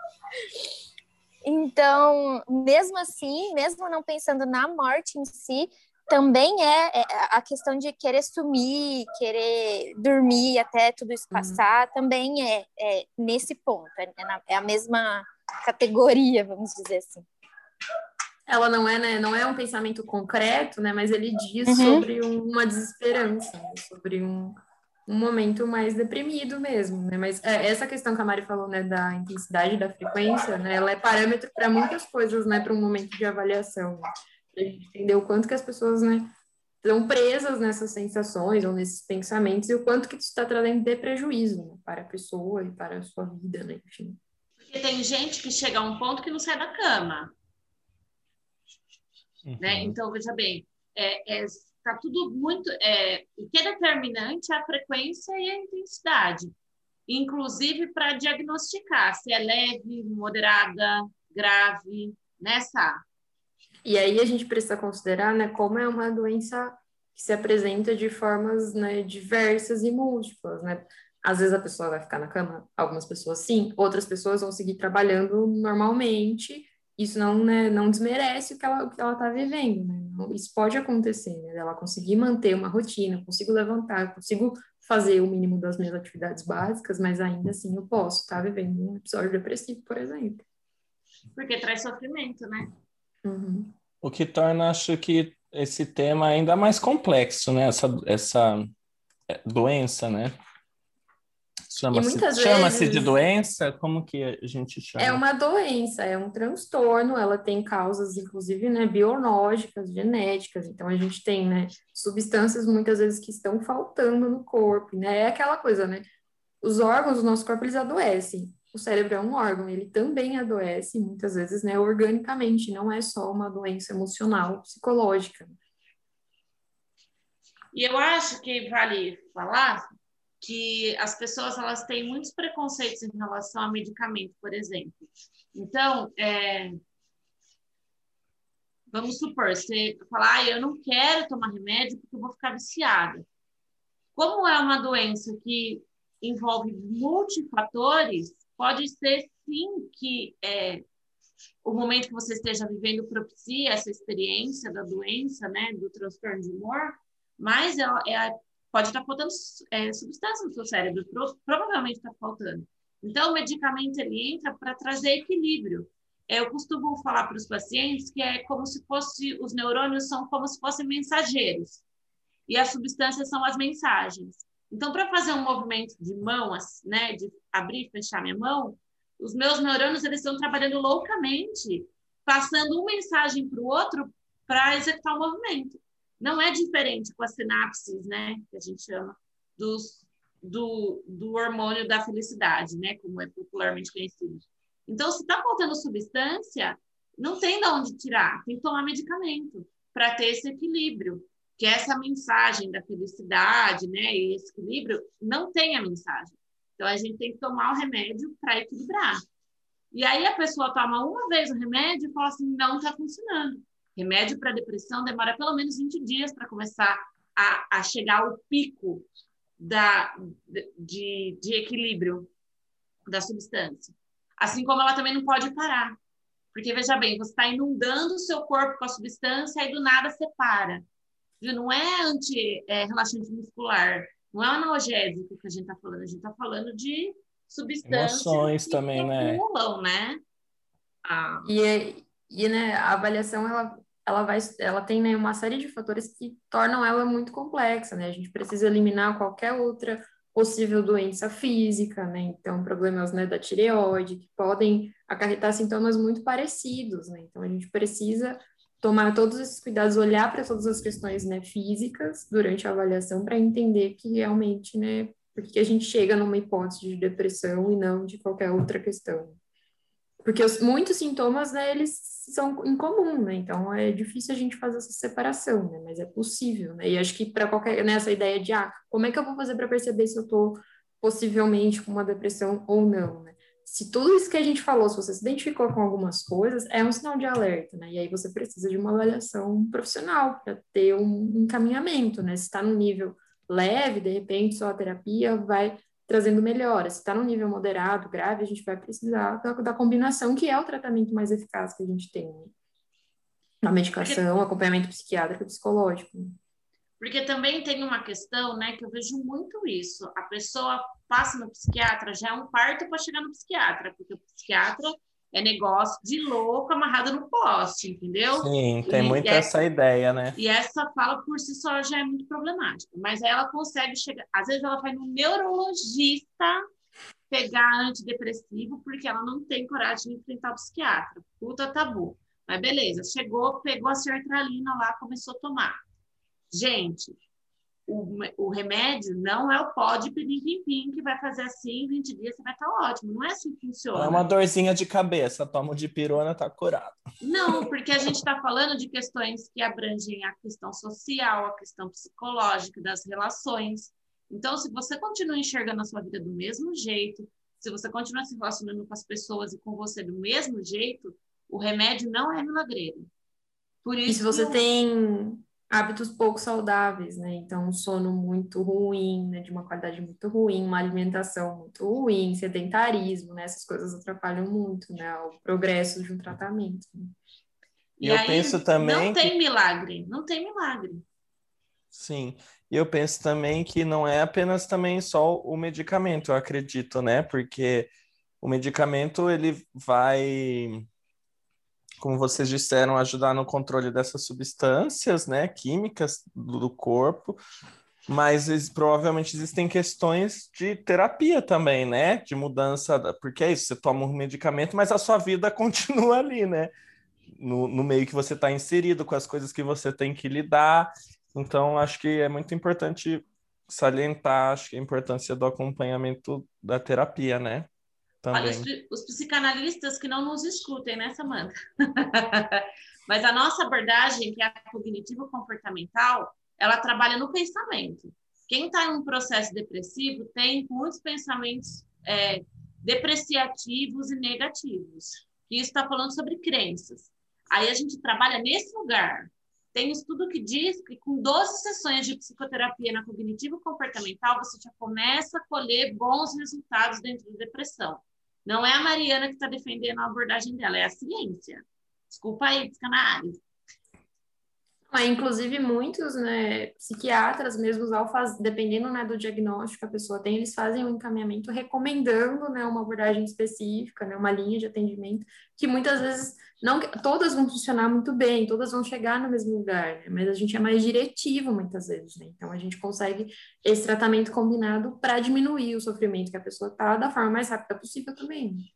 Então, mesmo assim, mesmo não pensando na morte em si, também é, é a questão de querer sumir, querer dormir até tudo isso passar, uhum. também é, é nesse ponto, é, é, na, é a mesma categoria, vamos dizer assim. Ela não é, né, não é um pensamento concreto, né, mas ele diz Uhum. sobre uma desesperança, né, sobre um, um momento mais deprimido mesmo, né, mas é, essa questão que a Mari falou, né, da intensidade, da frequência, né, ela é parâmetro para muitas coisas, né, para um momento de avaliação, né, a gente entender o quanto que as pessoas, né, estão presas nessas sensações ou nesses pensamentos e o quanto que isso está trazendo de prejuízo, né, para a pessoa e para a sua vida, né, enfim. Porque tem gente que chega a um ponto que não sai da cama. Uhum. Né? Então, veja bem, é, é, tá tudo muito... É, o que é determinante é a frequência e a intensidade. Inclusive para diagnosticar se é leve, moderada, grave, nessa. E aí a gente precisa considerar, né, como é uma doença que se apresenta de formas, né, diversas e múltiplas, né? Às vezes a pessoa vai ficar na cama, algumas pessoas sim, outras pessoas vão seguir trabalhando normalmente. Isso não, né, não desmerece o que ela o que ela está vivendo, né? Isso pode acontecer, né? Ela conseguir manter uma rotina, consigo levantar, consigo fazer o mínimo das minhas atividades básicas, mas ainda assim eu posso estar vivendo um episódio depressivo, por exemplo. Porque traz sofrimento, né? Uhum. O que torna, acho que, esse tema ainda mais complexo, né? Essa, essa doença, né? Chama-se, chama-se vezes... de doença? Como que a gente chama? É uma doença, é um transtorno, ela tem causas, inclusive, né, biológicas, genéticas, então a gente tem, né, substâncias muitas vezes que estão faltando no corpo, né, é aquela coisa, né, os órgãos do nosso corpo, eles adoecem, o cérebro é um órgão, ele também adoece, muitas vezes, né, organicamente, não é só uma doença emocional, psicológica. E eu acho que vale falar que as pessoas elas têm muitos preconceitos em relação a medicamento, por exemplo. Então, é, vamos supor, você falar, ah, eu não quero tomar remédio porque eu vou ficar viciada. Como é uma doença que envolve multifatores, pode ser sim que é, o momento que você esteja vivendo propicie essa experiência da doença, né, do transtorno de humor, mas ela é pode estar faltando é, substância no seu cérebro, pro, provavelmente está faltando. Então, o medicamento ele entra para trazer equilíbrio. Eu costumo falar para os pacientes que é como se fosse, os neurônios são como se fossem mensageiros, e as substâncias são as mensagens. Então, para fazer um movimento de mão, né, de abrir e fechar minha mão, os meus neurônios eles estão trabalhando loucamente, passando uma mensagem para o outro para executar o movimento. Não é diferente com as sinapses, né, que a gente chama, dos, do, do hormônio da felicidade, né, como é popularmente conhecido. Então, se está faltando substância, não tem de onde tirar, tem que tomar medicamento para ter esse equilíbrio, que essa mensagem da felicidade, né, e esse equilíbrio, não tem a mensagem. Então, a gente tem que tomar o remédio para equilibrar. E aí a pessoa toma uma vez o remédio e fala assim, não está funcionando. Remédio para depressão demora pelo menos vinte dias para começar a, a chegar ao pico da, de, de equilíbrio da substância. Assim como ela também não pode parar. Porque, veja bem, você está inundando o seu corpo com a substância e do nada você para. Não é anti-relaxante é, muscular, não é analgésico que a gente está falando, a gente está falando de substâncias emoções que também, acumulam, né? né? Ah. E, e né, a avaliação, ela, ela, vai, ela tem, né, uma série de fatores que tornam ela muito complexa, né? A gente precisa eliminar qualquer outra possível doença física, né? Então, problemas, né, da tireoide, que podem acarretar sintomas muito parecidos, né? Então, a gente precisa tomar todos esses cuidados, olhar para todas as questões, né, físicas durante a avaliação para entender que realmente, né, porque a gente chega numa hipótese de depressão e não de qualquer outra questão. Porque os, muitos sintomas, né, eles são incomuns, né, então é difícil a gente fazer essa separação, né, mas é possível, né, e acho que para qualquer, né, essa ideia de, ah, como é que eu vou fazer para perceber se eu estou possivelmente com uma depressão ou não, né? Se tudo isso que a gente falou, se você se identificou com algumas coisas, é um sinal de alerta, né? E aí você precisa de uma avaliação profissional para ter um encaminhamento, né? Se está no nível leve, de repente só a terapia vai trazendo melhora. Se está no nível moderado, grave, a gente vai precisar da, da combinação, que é o tratamento mais eficaz que a gente tem, né? A medicação, Porque, acompanhamento psiquiátrico e psicológico. porque também tem uma questão, né, que eu vejo muito isso. A pessoa passa no psiquiatra, já é um parto para chegar no psiquiatra, porque o psiquiatra é negócio de louco amarrado no poste, entendeu? Sim, tem E, muito é, essa ideia, né? e essa fala por si só já é muito problemática. Mas aí ela consegue chegar. Às vezes ela vai no neurologista pegar antidepressivo porque ela não tem coragem de enfrentar o psiquiatra. Puta tabu. Mas beleza, chegou, pegou a sertralina lá, começou a tomar. Gente, o, o remédio não é o pó de pirim-pim-pim que vai fazer assim, em vinte dias você vai estar ótimo. Não é assim que É funciona. uma dorzinha de cabeça, toma de pirona, tá curado. Não, porque a gente está falando de questões que abrangem a questão social, a questão psicológica, das relações. Então, se você continua enxergando a sua vida do mesmo jeito, se você continua se relacionando com as pessoas e com você do mesmo jeito, o remédio não é milagreiro. Por E se isso que você eu... tem hábitos pouco saudáveis, né? Então, um sono muito ruim, né? De uma qualidade muito ruim, uma alimentação muito ruim, sedentarismo, né? Essas coisas atrapalham muito, né? O progresso de um tratamento, né? E E eu aí penso não também que, tem milagre, não tem milagre. sim, e eu penso também que não é apenas também só o medicamento, eu acredito, né? Porque o medicamento, ele vai, como vocês disseram, ajudar no controle dessas substâncias, né, químicas do do corpo, mas ex- provavelmente existem questões de terapia também, né? De mudança, da- porque é isso, você toma um medicamento, mas a sua vida continua ali, né? No, no meio que você está inserido, com as coisas que você tem que lidar. Então, acho que é muito importante salientar, acho que a importância do acompanhamento da terapia, né? Olha, os, Também. os psicanalistas que não nos escutem, né, Samanta? Mas a nossa abordagem, que é a cognitivo-comportamental, ela trabalha no pensamento. Quem está em um processo depressivo tem muitos pensamentos é, depreciativos e negativos. E isso está falando sobre crenças. Aí a gente trabalha nesse lugar. Tem estudo que diz que com doze sessões de psicoterapia na cognitivo-comportamental, você já começa a colher bons resultados dentro da depressão. Não é a Mariana que está defendendo a abordagem dela, é a ciência. Desculpa aí, psicanálise. É, inclusive, muitos, né, psiquiatras mesmo, ao faz... dependendo, né, do diagnóstico que a pessoa tem, eles fazem um encaminhamento recomendando, né, uma abordagem específica, né, uma linha de atendimento, que muitas vezes, não todas vão funcionar muito bem, todas vão chegar no mesmo lugar, né, mas a gente é mais diretivo muitas vezes, né, então a gente consegue esse tratamento combinado para diminuir o sofrimento que a pessoa está da forma mais rápida possível também, né?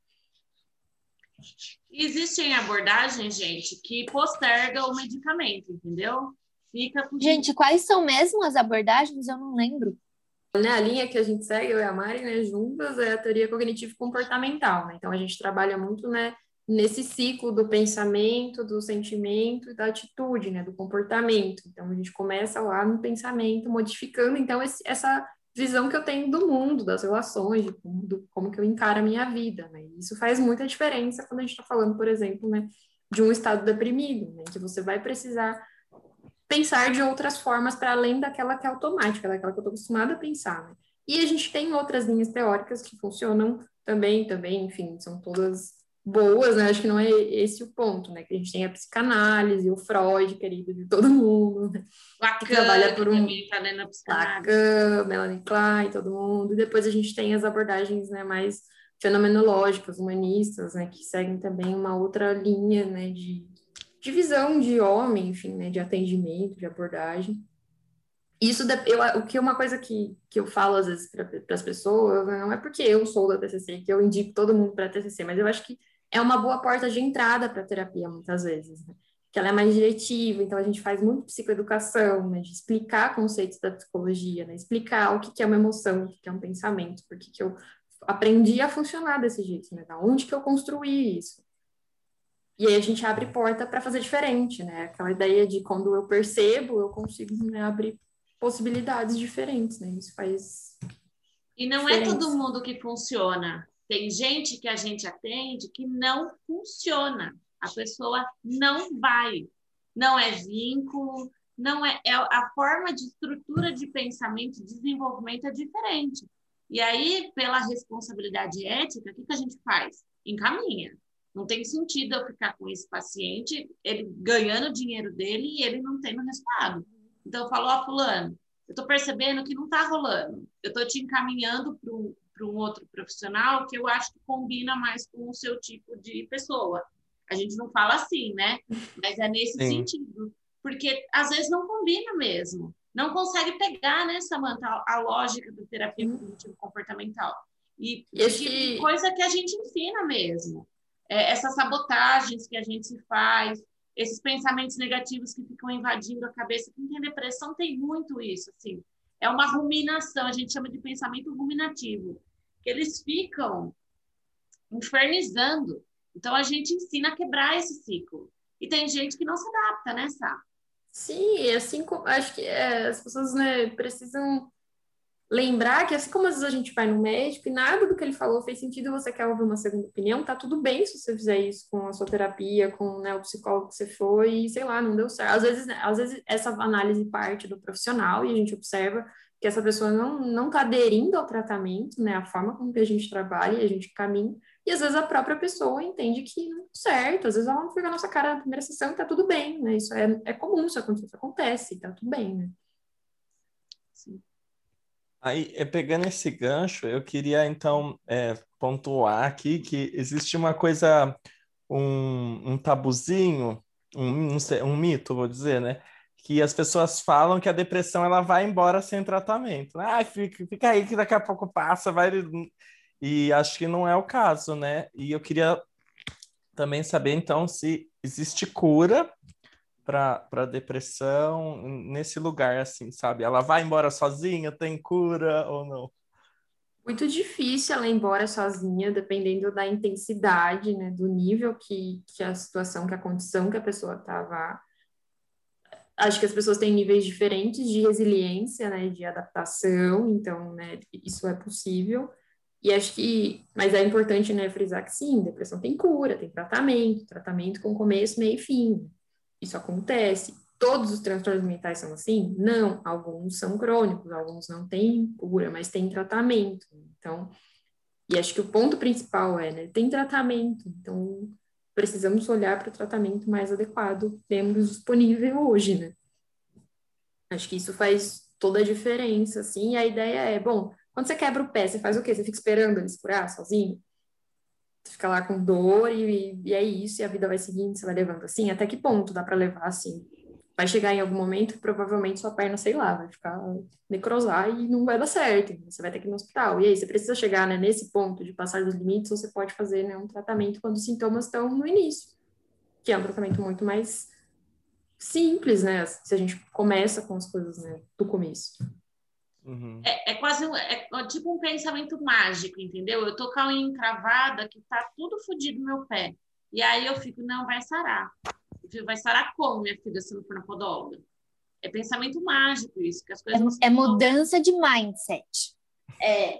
Existem abordagens, gente, que postergam o medicamento, entendeu? Fica com... Gente, quais são mesmo as abordagens? Eu não lembro. Né, a linha que a gente segue, eu e a Mari, né, juntas, é a teoria cognitivo-comportamental, né? Então, a gente trabalha muito, né, nesse ciclo do pensamento, do sentimento e da atitude, né, do comportamento. Então, a gente começa lá no pensamento, modificando, então, esse, essa visão que eu tenho do mundo, das relações, de como, do, como que eu encaro a minha vida, né? E isso faz muita diferença quando a gente está falando, por exemplo, né, de um estado deprimido, né, que você vai precisar pensar de outras formas para além daquela que é automática, daquela que eu estou acostumada a pensar, né? E a gente tem outras linhas teóricas que funcionam também, também, enfim, são todas boas, né? Acho que não é esse o ponto, né? Que a gente tem a psicanálise, o Freud, querido de todo mundo, né? Lacan, que trabalha por um... também está dentro da psicanálise. Lacan, Melanie Klein, todo mundo. E depois a gente tem as abordagens, né, mais fenomenológicas, humanistas, né, que seguem também uma outra linha, né, de de visão de homem, enfim, né, de atendimento, de abordagem. Isso, eu, o que é uma coisa que, que eu falo às vezes para as pessoas, não é porque eu sou da T C C que eu indico todo mundo para a T C C, mas eu acho que é uma boa porta de entrada para a terapia, muitas vezes, né? Que ela é mais diretiva, então a gente faz muito psicoeducação, né, de explicar conceitos da psicologia, né, explicar o que, que é uma emoção, o que, que é um pensamento, por que, que eu aprendi a funcionar desse jeito, né, da onde que eu construí isso. E aí a gente abre porta para fazer diferente, né? Aquela ideia de quando eu percebo, eu consigo, né, abrir possibilidades diferentes, né? Isso faz E não diferença. É todo mundo que funciona. Tem gente que a gente atende que não funciona. A pessoa não vai. Não é vínculo, não é, é a forma de estrutura de pensamento, de desenvolvimento é diferente. E aí, pela responsabilidade ética, o que, que a gente faz? Encaminha. Não tem sentido eu ficar com esse paciente, ele ganhando o dinheiro dele e ele não tendo resultado. Então, eu falo, ó, fulano, eu estou percebendo que não está rolando. Eu estou te encaminhando para um, para um outro profissional que eu acho que combina mais com o seu tipo de pessoa. A gente não fala assim, né? Mas é nesse Sim. sentido. Porque, às vezes, não combina mesmo. Não consegue pegar, né, Samantha, a, a lógica da terapia cognitivo-comportamental. E, E acho tipo de que- coisa que a gente ensina mesmo. É, essas sabotagens que a gente se faz, esses pensamentos negativos que ficam invadindo a cabeça. Quem tem depressão tem muito isso, assim. É uma ruminação, a gente chama de pensamento ruminativo. Que eles ficam infernizando. Então, a gente ensina a quebrar esse ciclo. E tem gente que não se adapta, né, Sá? Sim, e assim como acho que é, as pessoas, né, precisam lembrar que assim como às vezes a gente vai no médico e nada do que ele falou fez sentido e você quer ouvir uma segunda opinião, tá tudo bem se você fizer isso com a sua terapia, com, né, o psicólogo que você foi e, sei lá, não deu certo. Às vezes, né, às vezes essa análise parte do profissional e a gente observa que essa pessoa não não está aderindo ao tratamento, né, a forma como que a gente trabalha e a gente caminha, e às vezes a própria pessoa entende que não deu certo, às vezes ela não foi na nossa cara na primeira sessão e tá tudo bem, né, isso é, é comum, isso acontece, isso acontece, tá tudo bem, né. Sim. Aí, é, pegando esse gancho, eu queria então é, pontuar aqui que existe uma coisa, um, um tabuzinho, um, não sei, um mito, vou dizer, né? Que as pessoas falam que a depressão ela vai embora sem tratamento. Ah, fica, fica aí que daqui a pouco passa, vai. E acho que não é o caso, né? E eu queria também saber então se existe cura para para depressão nesse lugar, assim, sabe? Ela vai embora sozinha, tem cura ou não? Muito difícil ela ir embora sozinha, dependendo da intensidade, né, do nível que, que a situação, que a condição que a pessoa estava. Acho que as pessoas têm níveis diferentes de resiliência, né, de adaptação, então, né, isso é possível. E acho que, mas é importante, né, frisar que sim, depressão tem cura, tem tratamento, tratamento com começo, meio e fim. Isso acontece. Todos os transtornos mentais são assim? Não, alguns são crônicos, alguns não têm cura, mas tem tratamento. Então, e acho que o ponto principal é, né, tem tratamento, então precisamos olhar para o tratamento mais adequado que temos disponível hoje, né? Acho que isso faz toda a diferença, assim, e a ideia é, bom, quando você quebra o pé, você faz o quê? Você fica esperando ele se curar sozinho? Você fica lá com dor e, e é isso, e a vida vai seguindo, você vai levando assim? Até que ponto dá para levar assim? Vai chegar em algum momento que provavelmente sua perna, sei lá, vai ficar necrosar e não vai dar certo, você vai ter que ir no hospital. E aí, você precisa chegar, né, nesse ponto de passar dos limites, ou você pode fazer, né, um tratamento quando os sintomas estão no início, que é um tratamento muito mais simples, né, se a gente começa com as coisas, né, do começo. Uhum. É, é quase um, é tipo um pensamento mágico, entendeu? Eu tô com a unha encravada que tá tudo fodido no meu pé. E aí eu fico, não, vai sarar. Eu fico, vai sarar como, minha filha, se não for na podóloga? É pensamento mágico isso, que as coisas não É, é são... mudança de mindset. É,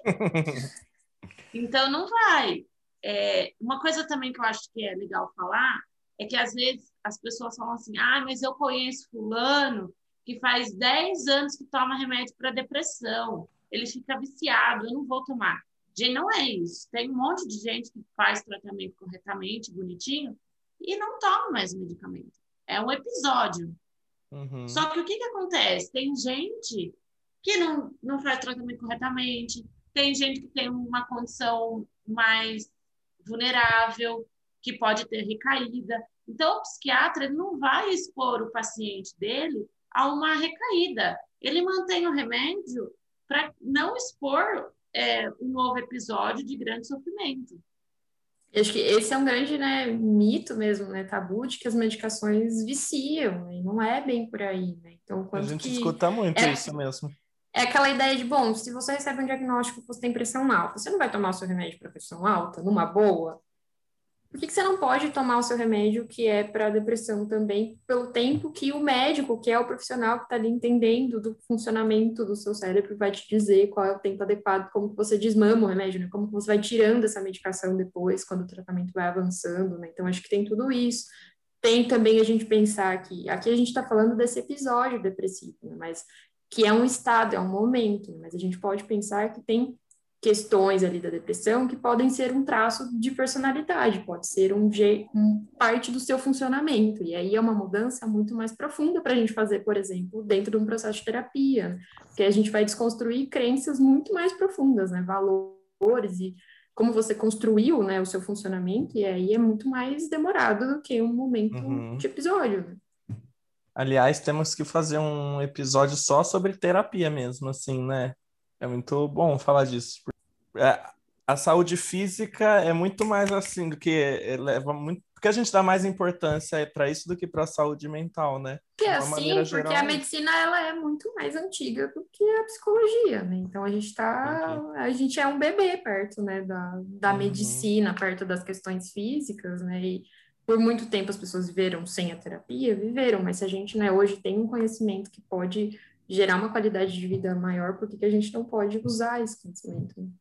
então não vai. É, uma coisa também que eu acho que é legal falar é que às vezes as pessoas falam assim, ah, mas eu conheço fulano que faz dez anos que toma remédio para depressão, ele fica viciado, eu não vou tomar. Gente, não é isso. Tem um monte de gente que faz tratamento corretamente, bonitinho, e não toma mais o medicamento. É um episódio. Uhum. Só que o que, que acontece? Tem gente que não, não faz tratamento corretamente, tem gente que tem uma condição mais vulnerável, que pode ter recaída. Então, o psiquiatra ele não vai expor o paciente dele a uma recaída. Ele mantém o remédio para não expor é, um novo episódio de grande sofrimento. Eu acho que esse é um grande, né, mito mesmo, né, tabu, de que as medicações viciam, né, e não é bem por aí, né? Então, A quanto gente que... escuta muito É, isso mesmo. é aquela ideia de, bom, se você recebe um diagnóstico que você tem pressão alta, você não vai tomar o seu remédio para pressão alta, numa boa? Por que que você não pode tomar o seu remédio que é para depressão também, pelo tempo que o médico, que é o profissional que está ali entendendo do funcionamento do seu cérebro, vai te dizer qual é o tempo adequado, como que você desmama o remédio, né? Como que você vai tirando essa medicação depois, quando o tratamento vai avançando, né? Então, acho que tem tudo isso. tem também a gente pensar que, aqui a gente está falando desse episódio depressivo, né? Mas que é um estado, é um momento, né? Mas a gente pode pensar que tem questões ali da depressão que podem ser um traço de personalidade, pode ser um, je- um parte do seu funcionamento, e aí é uma mudança muito mais profunda para a gente fazer, por exemplo, dentro de um processo de terapia, né? Porque a gente vai desconstruir crenças muito mais profundas, né? Valores e como você construiu, né, o seu funcionamento, e aí é muito mais demorado do que um momento Uhum. de episódio, né? Aliás, temos que fazer um episódio só sobre terapia mesmo, assim, né? É muito bom falar disso. É, a saúde física é muito mais assim do que é, leva muito, porque a gente dá mais importância para isso do que para a saúde mental, né? Que é De uma maneira assim, porque geral, a é isso. medicina ela é muito mais antiga do que a psicologia, né? Então a gente tá, Entendi. a gente é um bebê perto, né, da, da Uhum. medicina, perto das questões físicas, né? E por muito tempo as pessoas viveram sem a terapia, viveram, mas se a gente, né, hoje tem um conhecimento que pode gerar uma qualidade de vida maior, por que que a gente não pode usar esse conhecimento, né?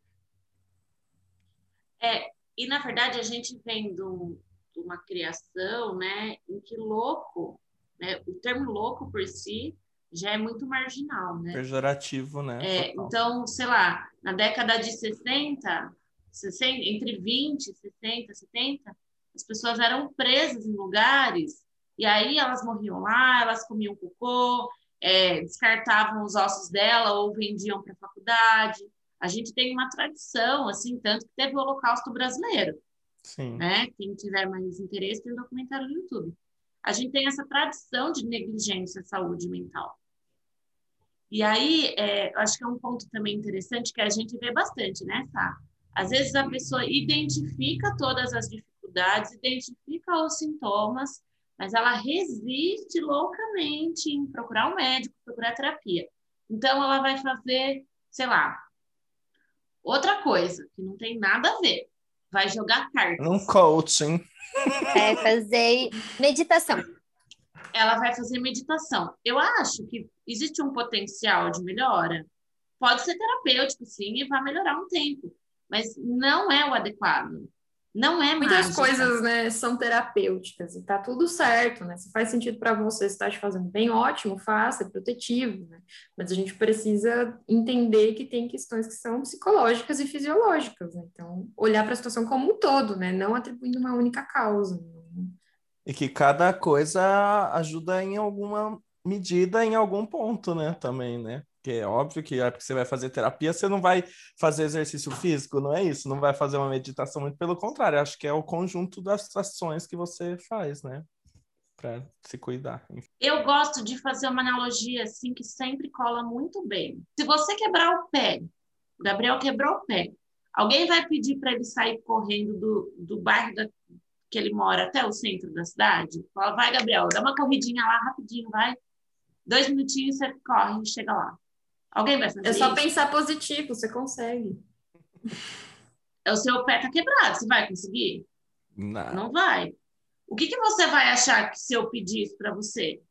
É, e na verdade a gente vem de, um- de uma criação, né, em que louco, né, o termo louco por si já é muito marginal, né? Pejorativo, né? É, Total. então, sei lá, na década de sessenta, sessenta, entre vinte, sessenta, setenta, as pessoas eram presas em lugares e aí elas morriam lá, elas comiam cocô, é, descartavam os ossos dela ou vendiam para a faculdade. A gente tem uma tradição, assim, tanto que teve o Holocausto Brasileiro, Sim. né? Quem tiver mais interesse, tem um documentário no YouTube. A gente tem essa tradição de negligência à saúde mental. E aí, é, acho que é um ponto também interessante que a gente vê bastante, né, Sá? Às vezes a pessoa identifica todas as dificuldades, identifica os sintomas, mas ela resiste loucamente em procurar um médico, procurar terapia. Então, ela vai fazer, sei lá, outra coisa, que não tem nada a ver. Vai jogar cartas. Um coaching. É fazer meditação. Ela vai fazer meditação. Eu acho que existe um potencial de melhora. Pode ser terapêutico, sim, e vai melhorar um tempo. Mas não é o adequado. Não é Muitas mágica. coisas, né, são terapêuticas e tá tudo certo, né? Se faz sentido para você, se está te fazendo bem, ótimo, faça, é protetivo, né? Mas a gente precisa entender que tem questões que são psicológicas e fisiológicas, né? Então, olhar para a situação como um todo, né? Não atribuindo uma única causa. E que cada coisa ajuda em alguma medida, em algum ponto, né? Também, né? Porque é óbvio que a hora que você vai fazer terapia, você não vai fazer exercício físico, não é isso? Não vai fazer uma meditação, muito pelo contrário. Acho que é o conjunto das ações que você faz, né? Para se cuidar. Enfim. Eu gosto de fazer uma analogia assim que sempre cola muito bem. Se você quebrar o pé, o Gabriel quebrou o pé, alguém vai pedir para ele sair correndo do, do bairro da, que ele mora até o centro da cidade? Fala, vai, Gabriel, dá uma corridinha lá rapidinho, vai. Dois minutinhos você corre e chega lá. Alguém vai fazer É só isso? pensar positivo, você consegue. O seu pé tá quebrado, você vai conseguir? Não. Não vai. O que, que você vai achar que se eu pedisse para você?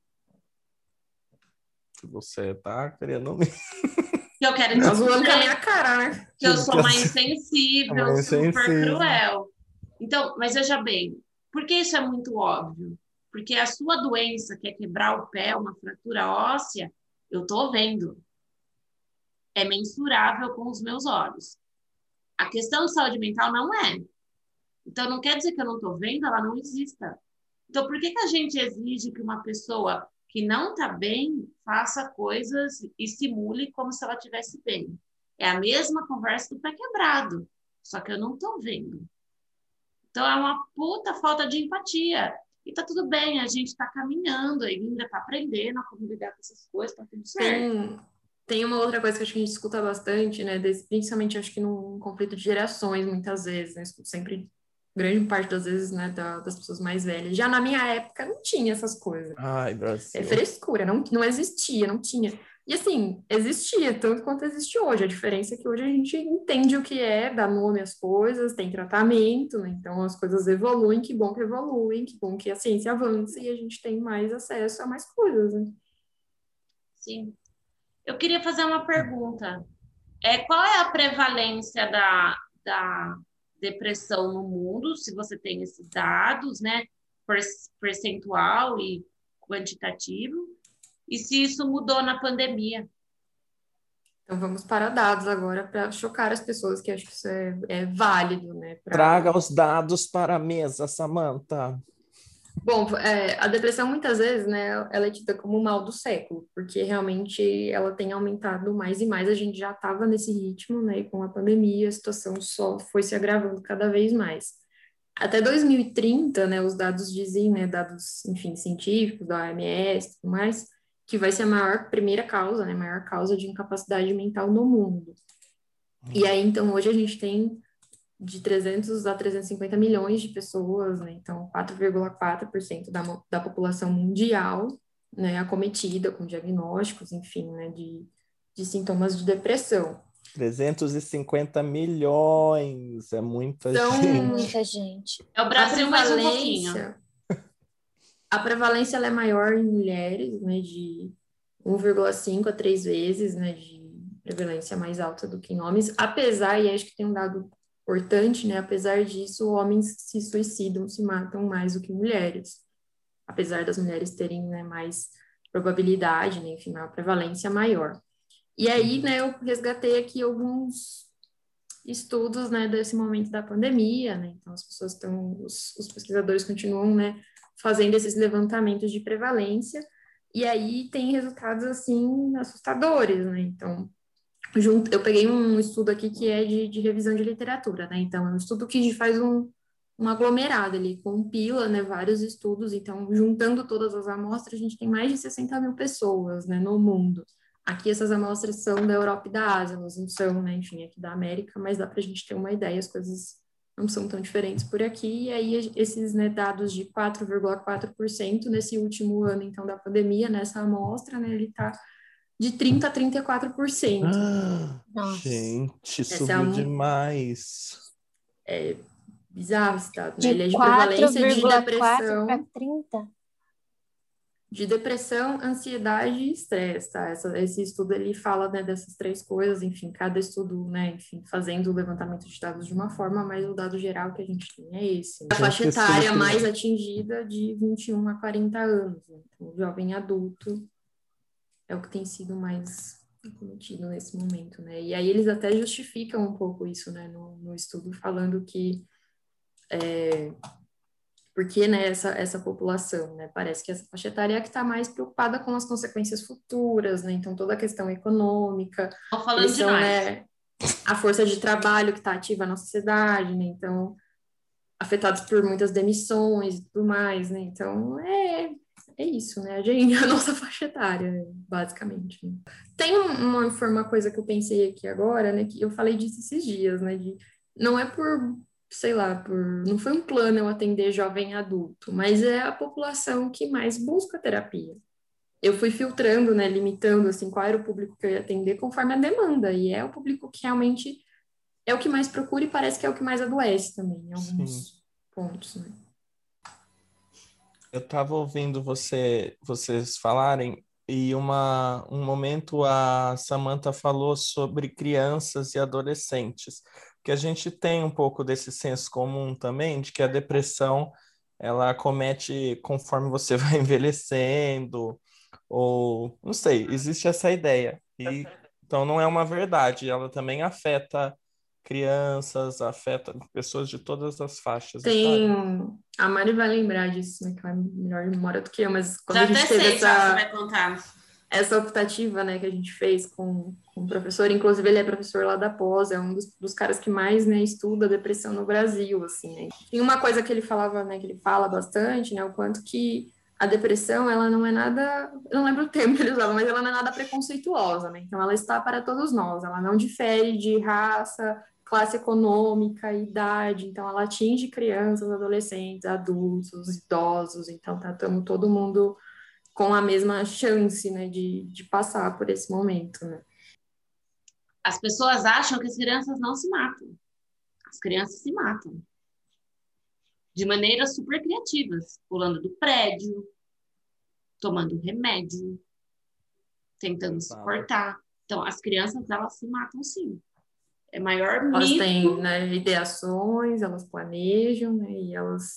Que você tá querendo me... Que eu quero te Tá zoando com a dizer minha cara, né? que eu sou uma insensível, Uma super insensível. cruel. Então, mas veja bem, por que isso é muito óbvio? Porque a sua doença, que é quebrar o pé, uma fratura óssea, eu tô vendo. É mensurável com os meus olhos. A questão de saúde mental não é. Então, não quer dizer que eu não estou vendo, ela não exista. Então, por que, que a gente exige que uma pessoa que não está bem faça coisas e simule como se ela estivesse bem? É a mesma conversa do pé quebrado, só que eu não estou vendo. Então, é uma puta falta de empatia. E tá tudo bem, a gente está caminhando, ainda está aprendendo a como lidar com essas coisas, tá tudo certo. Tem, tem uma outra coisa que acho que a gente escuta bastante, né? Desse, principalmente acho que num conflito de gerações, muitas vezes, né? Escuto sempre, grande parte das vezes, né, da, das pessoas mais velhas. Já na minha época não tinha essas coisas. Ai, Brasil. É frescura, não, não existia, não tinha. E assim, existia tanto quanto existe hoje. A diferença é que hoje a gente entende o que é, dá nome às coisas, tem tratamento, né? Então as coisas evoluem, que bom que evoluem, que bom que a ciência avança e a gente tem mais acesso a mais coisas, né? Sim. Eu queria fazer uma pergunta. É, qual é a prevalência da, da depressão no mundo, se você tem esses dados, né? percentual e quantitativo, e se isso mudou na pandemia. Então vamos para dados agora para chocar as pessoas, que acho que isso é, é válido, né? Pra... Traga os dados para a mesa, Samantha. Bom, é, a depressão muitas vezes, né, ela é tida como o mal do século, porque realmente ela tem aumentado mais e mais, a gente já estava nesse ritmo, né, e com a pandemia a situação só foi se agravando cada vez mais. Até dois mil e trinta, né, os dados dizem, né, dados, enfim, científicos, da O M S e tudo mais, que vai ser a maior, primeira causa, né, maior causa de incapacidade mental no mundo. E aí, então, hoje a gente tem de trezentos a trezentos e cinquenta milhões de pessoas, né? Então, quatro vírgula quatro por cento da, da população mundial, né, acometida com diagnósticos, enfim, né, de, de sintomas de depressão. trezentos e cinquenta milhões, é muita Então, gente. Muita gente. É o Brasil mais um pouquinho. A prevalência ela é maior em mulheres, né, de um vírgula cinco a três vezes, né, de prevalência mais alta do que em homens, apesar, e acho que tem um dado importante, né? Apesar disso, homens se suicidam, se matam mais do que mulheres. Apesar das mulheres terem, né, mais probabilidade, né, enfim, uma prevalência maior. E aí, né, eu resgatei aqui alguns estudos, né, desse momento da pandemia, né? Então, as pessoas estão, os, os pesquisadores continuam, né, fazendo esses levantamentos de prevalência, e aí tem resultados, assim, assustadores, né? Então, Junto, eu peguei um estudo aqui que é de, de revisão de literatura, né? Então, é um estudo que faz um, um aglomerado, ele compila, né, vários estudos. Então, juntando todas as amostras, a gente tem mais de sessenta mil pessoas, né, no mundo. Aqui, essas amostras são da Europa e da Ásia, elas não são, né, enfim, aqui da América, mas dá para a gente ter uma ideia, as coisas não são tão diferentes por aqui. E aí, esses, né, dados de quatro vírgula quatro por cento nesse último ano, então, da pandemia, nessa amostra, né, ele está de trinta a trinta e quatro por cento. Ah, Nossa. gente, Essa subiu é um- demais. É bizarro esse dado, né? Ele é De de prevalência de quatro vírgula quatro para depressão, trinta. de depressão, ansiedade e estresse, tá? Essa, esse estudo, ele fala, né, dessas três coisas, enfim, cada estudo, né, enfim, fazendo o levantamento de dados de uma forma, mas o dado geral que a gente tem é esse. A faixa Gente, etária super- mais atingida de vinte e um a quarenta anos, né? Então, o jovem adulto é o que tem sido mais cometido nesse momento, né? E aí eles até justificam um pouco isso, né, no, no estudo, falando que é, porque, né, essa, essa população, né, parece que essa faixa etária é a que está mais preocupada com as consequências futuras, né, então toda a questão econômica, Tô falando eles de são, nós. né, a força de trabalho que está ativa na sociedade, né, então afetados por muitas demissões e tudo mais, né, então é, é isso, né, a, gente, a nossa faixa etária, basicamente. Né. Tem uma, uma coisa que eu pensei aqui agora, né, que eu falei disso esses dias, né, de não é por sei lá, por não foi um plano eu atender jovem adulto, mas é a população que mais busca terapia. Eu fui filtrando, né, limitando assim qual era o público que eu ia atender conforme a demanda, e é o público que realmente é o que mais procura e parece que é o que mais adoece também, em alguns Sim. pontos, né? Eu estava ouvindo você, vocês falarem e uma, um momento a Samantha falou sobre crianças e adolescentes, que a gente tem um pouco desse senso comum também, de que a depressão ela acomete conforme você vai envelhecendo, ou não sei, existe essa ideia. E, então não é uma verdade, ela também afeta crianças, afeta pessoas de todas as faixas Tem, etárias. a Mari vai lembrar disso, né, que ela é melhor memória do que eu, mas quando Já a gente até teve sei já, você essa vai contar. essa optativa, né, que a gente fez com, com o professor, inclusive ele é professor lá da pós, é um dos, dos caras que mais, né, estuda depressão no Brasil, assim, né. E uma coisa que ele falava, né, que ele fala bastante, né, o quanto que a depressão, ela não é nada, eu não lembro o termo que ele usava, mas ela não é nada preconceituosa, né, então ela está para todos nós, ela não difere de raça, classe econômica, idade, então ela atinge crianças, adolescentes, adultos, idosos, então tá, estamos todo mundo com a mesma chance, né, de, de passar por esse momento, né. As pessoas acham que as crianças não se matam. As crianças se matam. De maneiras super criativas. Pulando do prédio, tomando remédio, tentando se cortar. Então, as crianças, elas se matam sim. É maior Elas mito. têm, né, ideações, elas planejam, né, e elas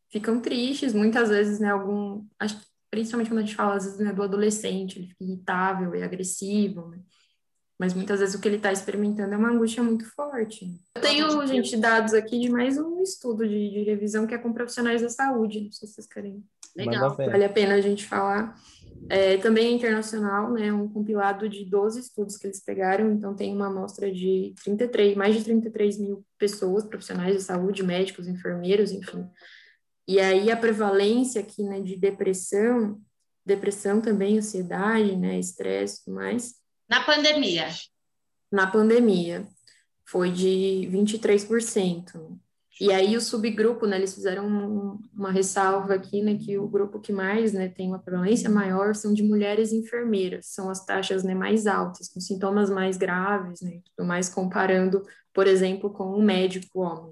ficam tristes, muitas vezes, né, algum, acho que principalmente quando a gente fala, às vezes, né, do adolescente, ele fica irritável e agressivo, né? Mas muitas vezes o que ele está experimentando é uma angústia muito forte. Eu tenho, gente, dados aqui de mais um estudo de, de revisão que é com profissionais da saúde, não sei se vocês querem. Manda ver. Vale a pena a gente falar. É, também é internacional, né, um compilado de doze estudos que eles pegaram, então tem uma amostra de trinta e três, mais de trinta e três mil pessoas, profissionais de saúde, médicos, enfermeiros, enfim. E aí a prevalência aqui, né, de depressão, depressão também, ansiedade, né, estresse e tudo mais, Na pandemia. na pandemia, foi de vinte e três por cento. E aí o subgrupo, né, eles fizeram um, uma ressalva aqui, né, que o grupo que mais, né, tem uma prevalência maior são de mulheres enfermeiras, são as taxas, né, mais altas, com sintomas mais graves, né, tudo mais comparando, por exemplo, com um médico homem.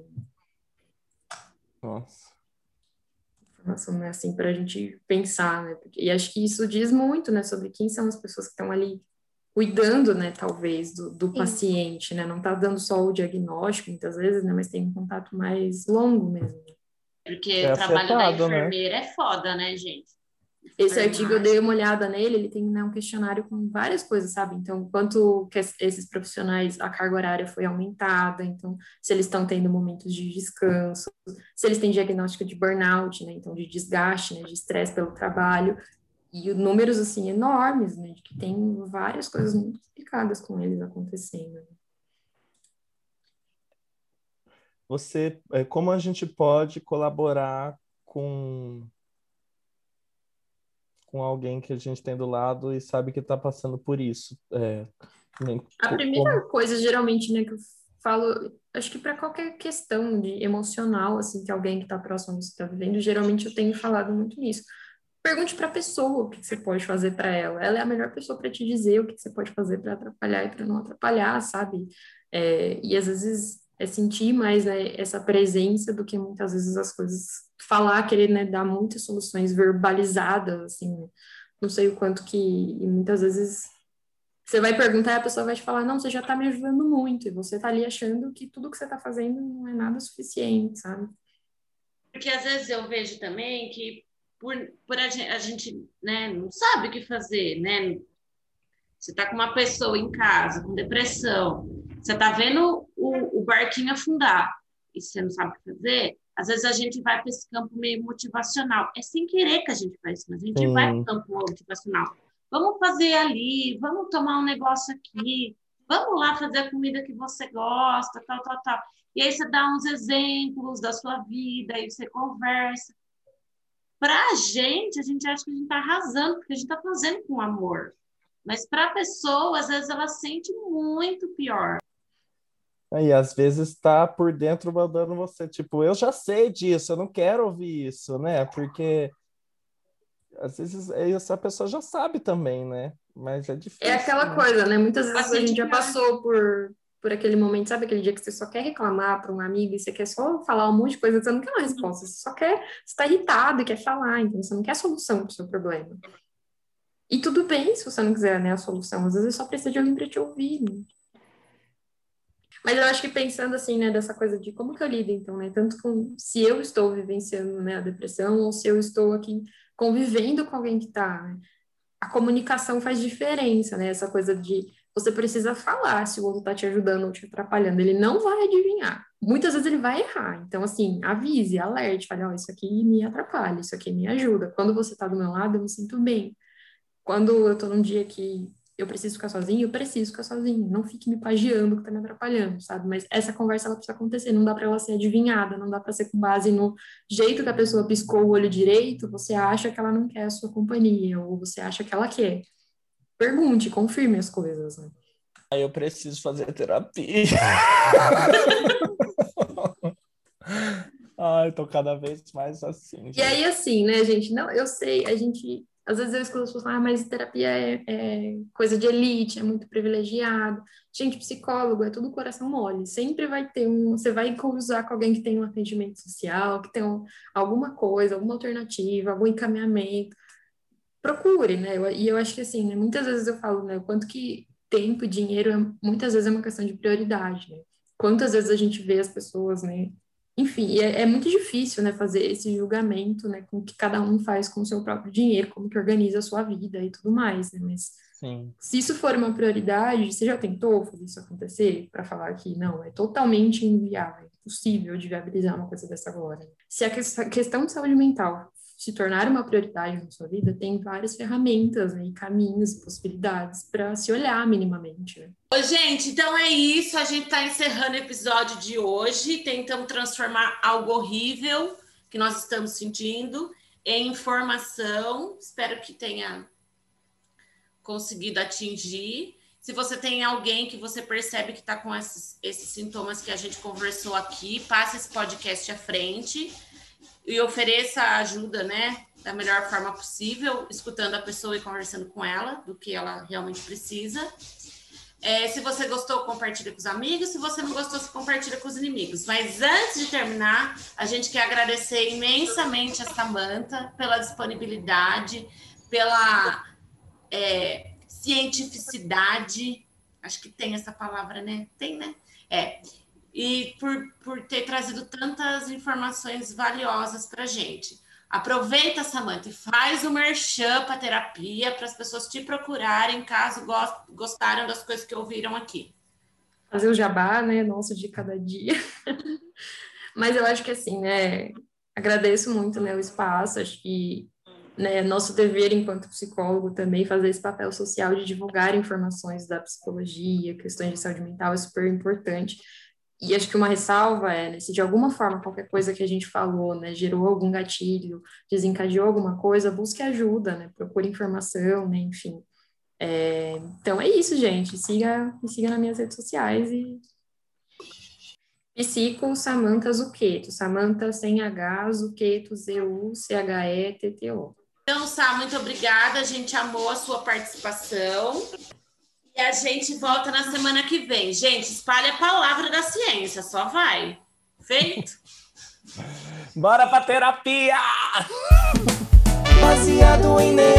Nossa. Informação, né, assim, para a gente pensar, né, porque, e acho que isso diz muito, né, sobre quem são as pessoas que estão ali cuidando, né, talvez, do, do paciente, né, não está dando só o diagnóstico, muitas vezes, né, mas tem um contato mais longo mesmo. Porque É o trabalho da afetado, né? enfermeira é foda, né, gente? Esse artigo eu dei uma olhada nele, ele tem, né, um questionário com várias coisas, sabe? Então, quanto que esses profissionais, a carga horária foi aumentada, então, se eles estão tendo momentos de descanso, se eles têm diagnóstico de burnout, né, então, de desgaste, né, de estresse pelo trabalho, e números, assim, enormes, né, de que tem várias coisas muito complicadas com eles acontecendo. Você, é, como a gente pode colaborar com com alguém que a gente tem do lado e sabe que está passando por isso? É, a primeira como... coisa, geralmente, né, que eu falo, acho que para qualquer questão de emocional, assim, que alguém que está próximo a você está vivendo, geralmente eu tenho falado muito nisso. Pergunte para a pessoa o que você pode fazer para ela. Ela é a melhor pessoa para te dizer o que você pode fazer para atrapalhar e para não atrapalhar, sabe? É, e às vezes é sentir mais, né, essa presença do que muitas vezes as coisas falar, querer, né, dar muitas soluções verbalizadas, assim, né? Não sei o quanto que e muitas vezes você vai perguntar e a pessoa vai te falar, não, você já está me ajudando muito, e você está ali achando que tudo que você está fazendo não é nada suficiente, sabe? Porque às vezes eu vejo também que por, por a gente, a gente, né, não sabe o que fazer, né? Você está com uma pessoa em casa com depressão, você está vendo o, o barquinho afundar e você não sabe o que fazer, às vezes a gente vai para esse campo meio motivacional. É sem querer que a gente faz isso, mas a gente Sim. vai para o campo motivacional. Vamos fazer ali, vamos tomar um negócio aqui, vamos lá fazer a comida que você gosta, tal, tal, tal. E aí você dá uns exemplos da sua vida, e você conversa. Para a gente, a gente acha que a gente está arrasando, porque a gente está fazendo com amor. Mas para a pessoa, às vezes ela sente muito pior. E às vezes está por dentro mandando você, tipo, eu já sei disso, eu não quero ouvir isso, né? Porque às vezes essa pessoa já sabe também, né? Mas é difícil. É aquela né? coisa, né? Muitas vezes Bastante a gente já pior. passou por, por aquele momento, sabe? Aquele dia que você só quer reclamar para um amigo e você quer só falar um monte de coisa, você não quer uma resposta, você só quer, você está irritado e quer falar, então você não quer solução para o seu problema. E tudo bem se você não quiser, né, a solução, às vezes só precisa de alguém para te ouvir, né? Mas eu acho que pensando assim, né, dessa coisa de como que eu lido, então, né, tanto com se eu estou vivenciando, né, a depressão ou se eu estou aqui convivendo com alguém que está, né, a comunicação faz diferença, né, essa coisa de você precisa falar se o outro está te ajudando ou te atrapalhando, ele não vai adivinhar. Muitas vezes ele vai errar, então, assim, avise, alerte, fale, ó, oh, isso aqui me atrapalha, isso aqui me ajuda. Quando você está do meu lado, eu me sinto bem. Quando eu estou num dia que eu preciso ficar sozinho, eu preciso ficar sozinho. Não fique me pagiando que tá me atrapalhando, sabe? Mas essa conversa, ela precisa acontecer. Não dá para ela ser adivinhada, não dá para ser com base no jeito que a pessoa piscou o olho direito, você acha que ela não quer a sua companhia, ou você acha que ela quer. Pergunte, confirme as coisas, né? Aí eu preciso fazer terapia. Ai, tô cada vez mais assim. Gente. E aí, assim, né, gente? Não, eu sei, a gente... Às vezes eu escuto as pessoas falar, ah, mas terapia é, é coisa de elite, é muito privilegiado. Gente, psicólogo é tudo coração mole. Sempre vai ter um... Você vai cruzar com alguém que tem um atendimento social, que tem um, alguma coisa, alguma alternativa, algum encaminhamento. Procure, né? Eu, e eu acho que, assim, né, muitas vezes eu falo, né, o quanto que tempo e dinheiro, é, muitas vezes é uma questão de prioridade, né? Quantas vezes a gente vê as pessoas, né, enfim, é, é muito difícil, né, fazer esse julgamento, né, com o que cada um faz com o seu próprio dinheiro, como que organiza a sua vida e tudo mais, né, mas Sim. se isso for uma prioridade, você já tentou fazer isso acontecer? Para falar que não, é totalmente inviável, impossível de viabilizar uma coisa dessa agora. Se a questão de saúde mental se tornar uma prioridade na sua vida, tem várias ferramentas, né, e caminhos e possibilidades para se olhar minimamente, né? Ô, gente, então é isso. A gente está encerrando o episódio de hoje. Tentamos transformar algo horrível que nós estamos sentindo em informação. Espero que tenha conseguido atingir. Se você tem alguém que você percebe que está com esses, esses sintomas que a gente conversou aqui, passe esse podcast à frente e ofereça ajuda, né, da melhor forma possível, escutando a pessoa e conversando com ela do que ela realmente precisa. É, se você gostou, compartilha com os amigos. Se você não gostou, se compartilha com os inimigos. Mas antes de terminar, a gente quer agradecer imensamente a Samantha pela disponibilidade, pela é, cientificidade. Acho que tem essa palavra, né? Tem, né? É. E por, por ter trazido tantas informações valiosas para a gente. Aproveita, Samantha, e faz o merchan para terapia, para as pessoas te procurarem, caso gostaram das coisas que ouviram aqui. Fazer o jabá, né? Nosso de cada dia. Mas eu acho que assim, né? Agradeço muito, né, o espaço. Acho que, né, nosso dever enquanto psicólogo também fazer esse papel social de divulgar informações da psicologia, questões de saúde mental é super importante. E acho que uma ressalva é, né, se de alguma forma qualquer coisa que a gente falou, né, gerou algum gatilho, desencadeou alguma coisa, busque ajuda, né, procure informação, né, enfim. É, então é isso, gente. Siga, me siga nas minhas redes sociais e Psico Samantha Zucchetto, Samantha sem H, Zucchetto, Z U C H E T T O. Então, Sá, muito obrigada. A gente amou a sua participação. E a gente volta na semana que vem. Gente, espalhe a palavra da ciência, só vai. Feito? Bora pra terapia! Baseado em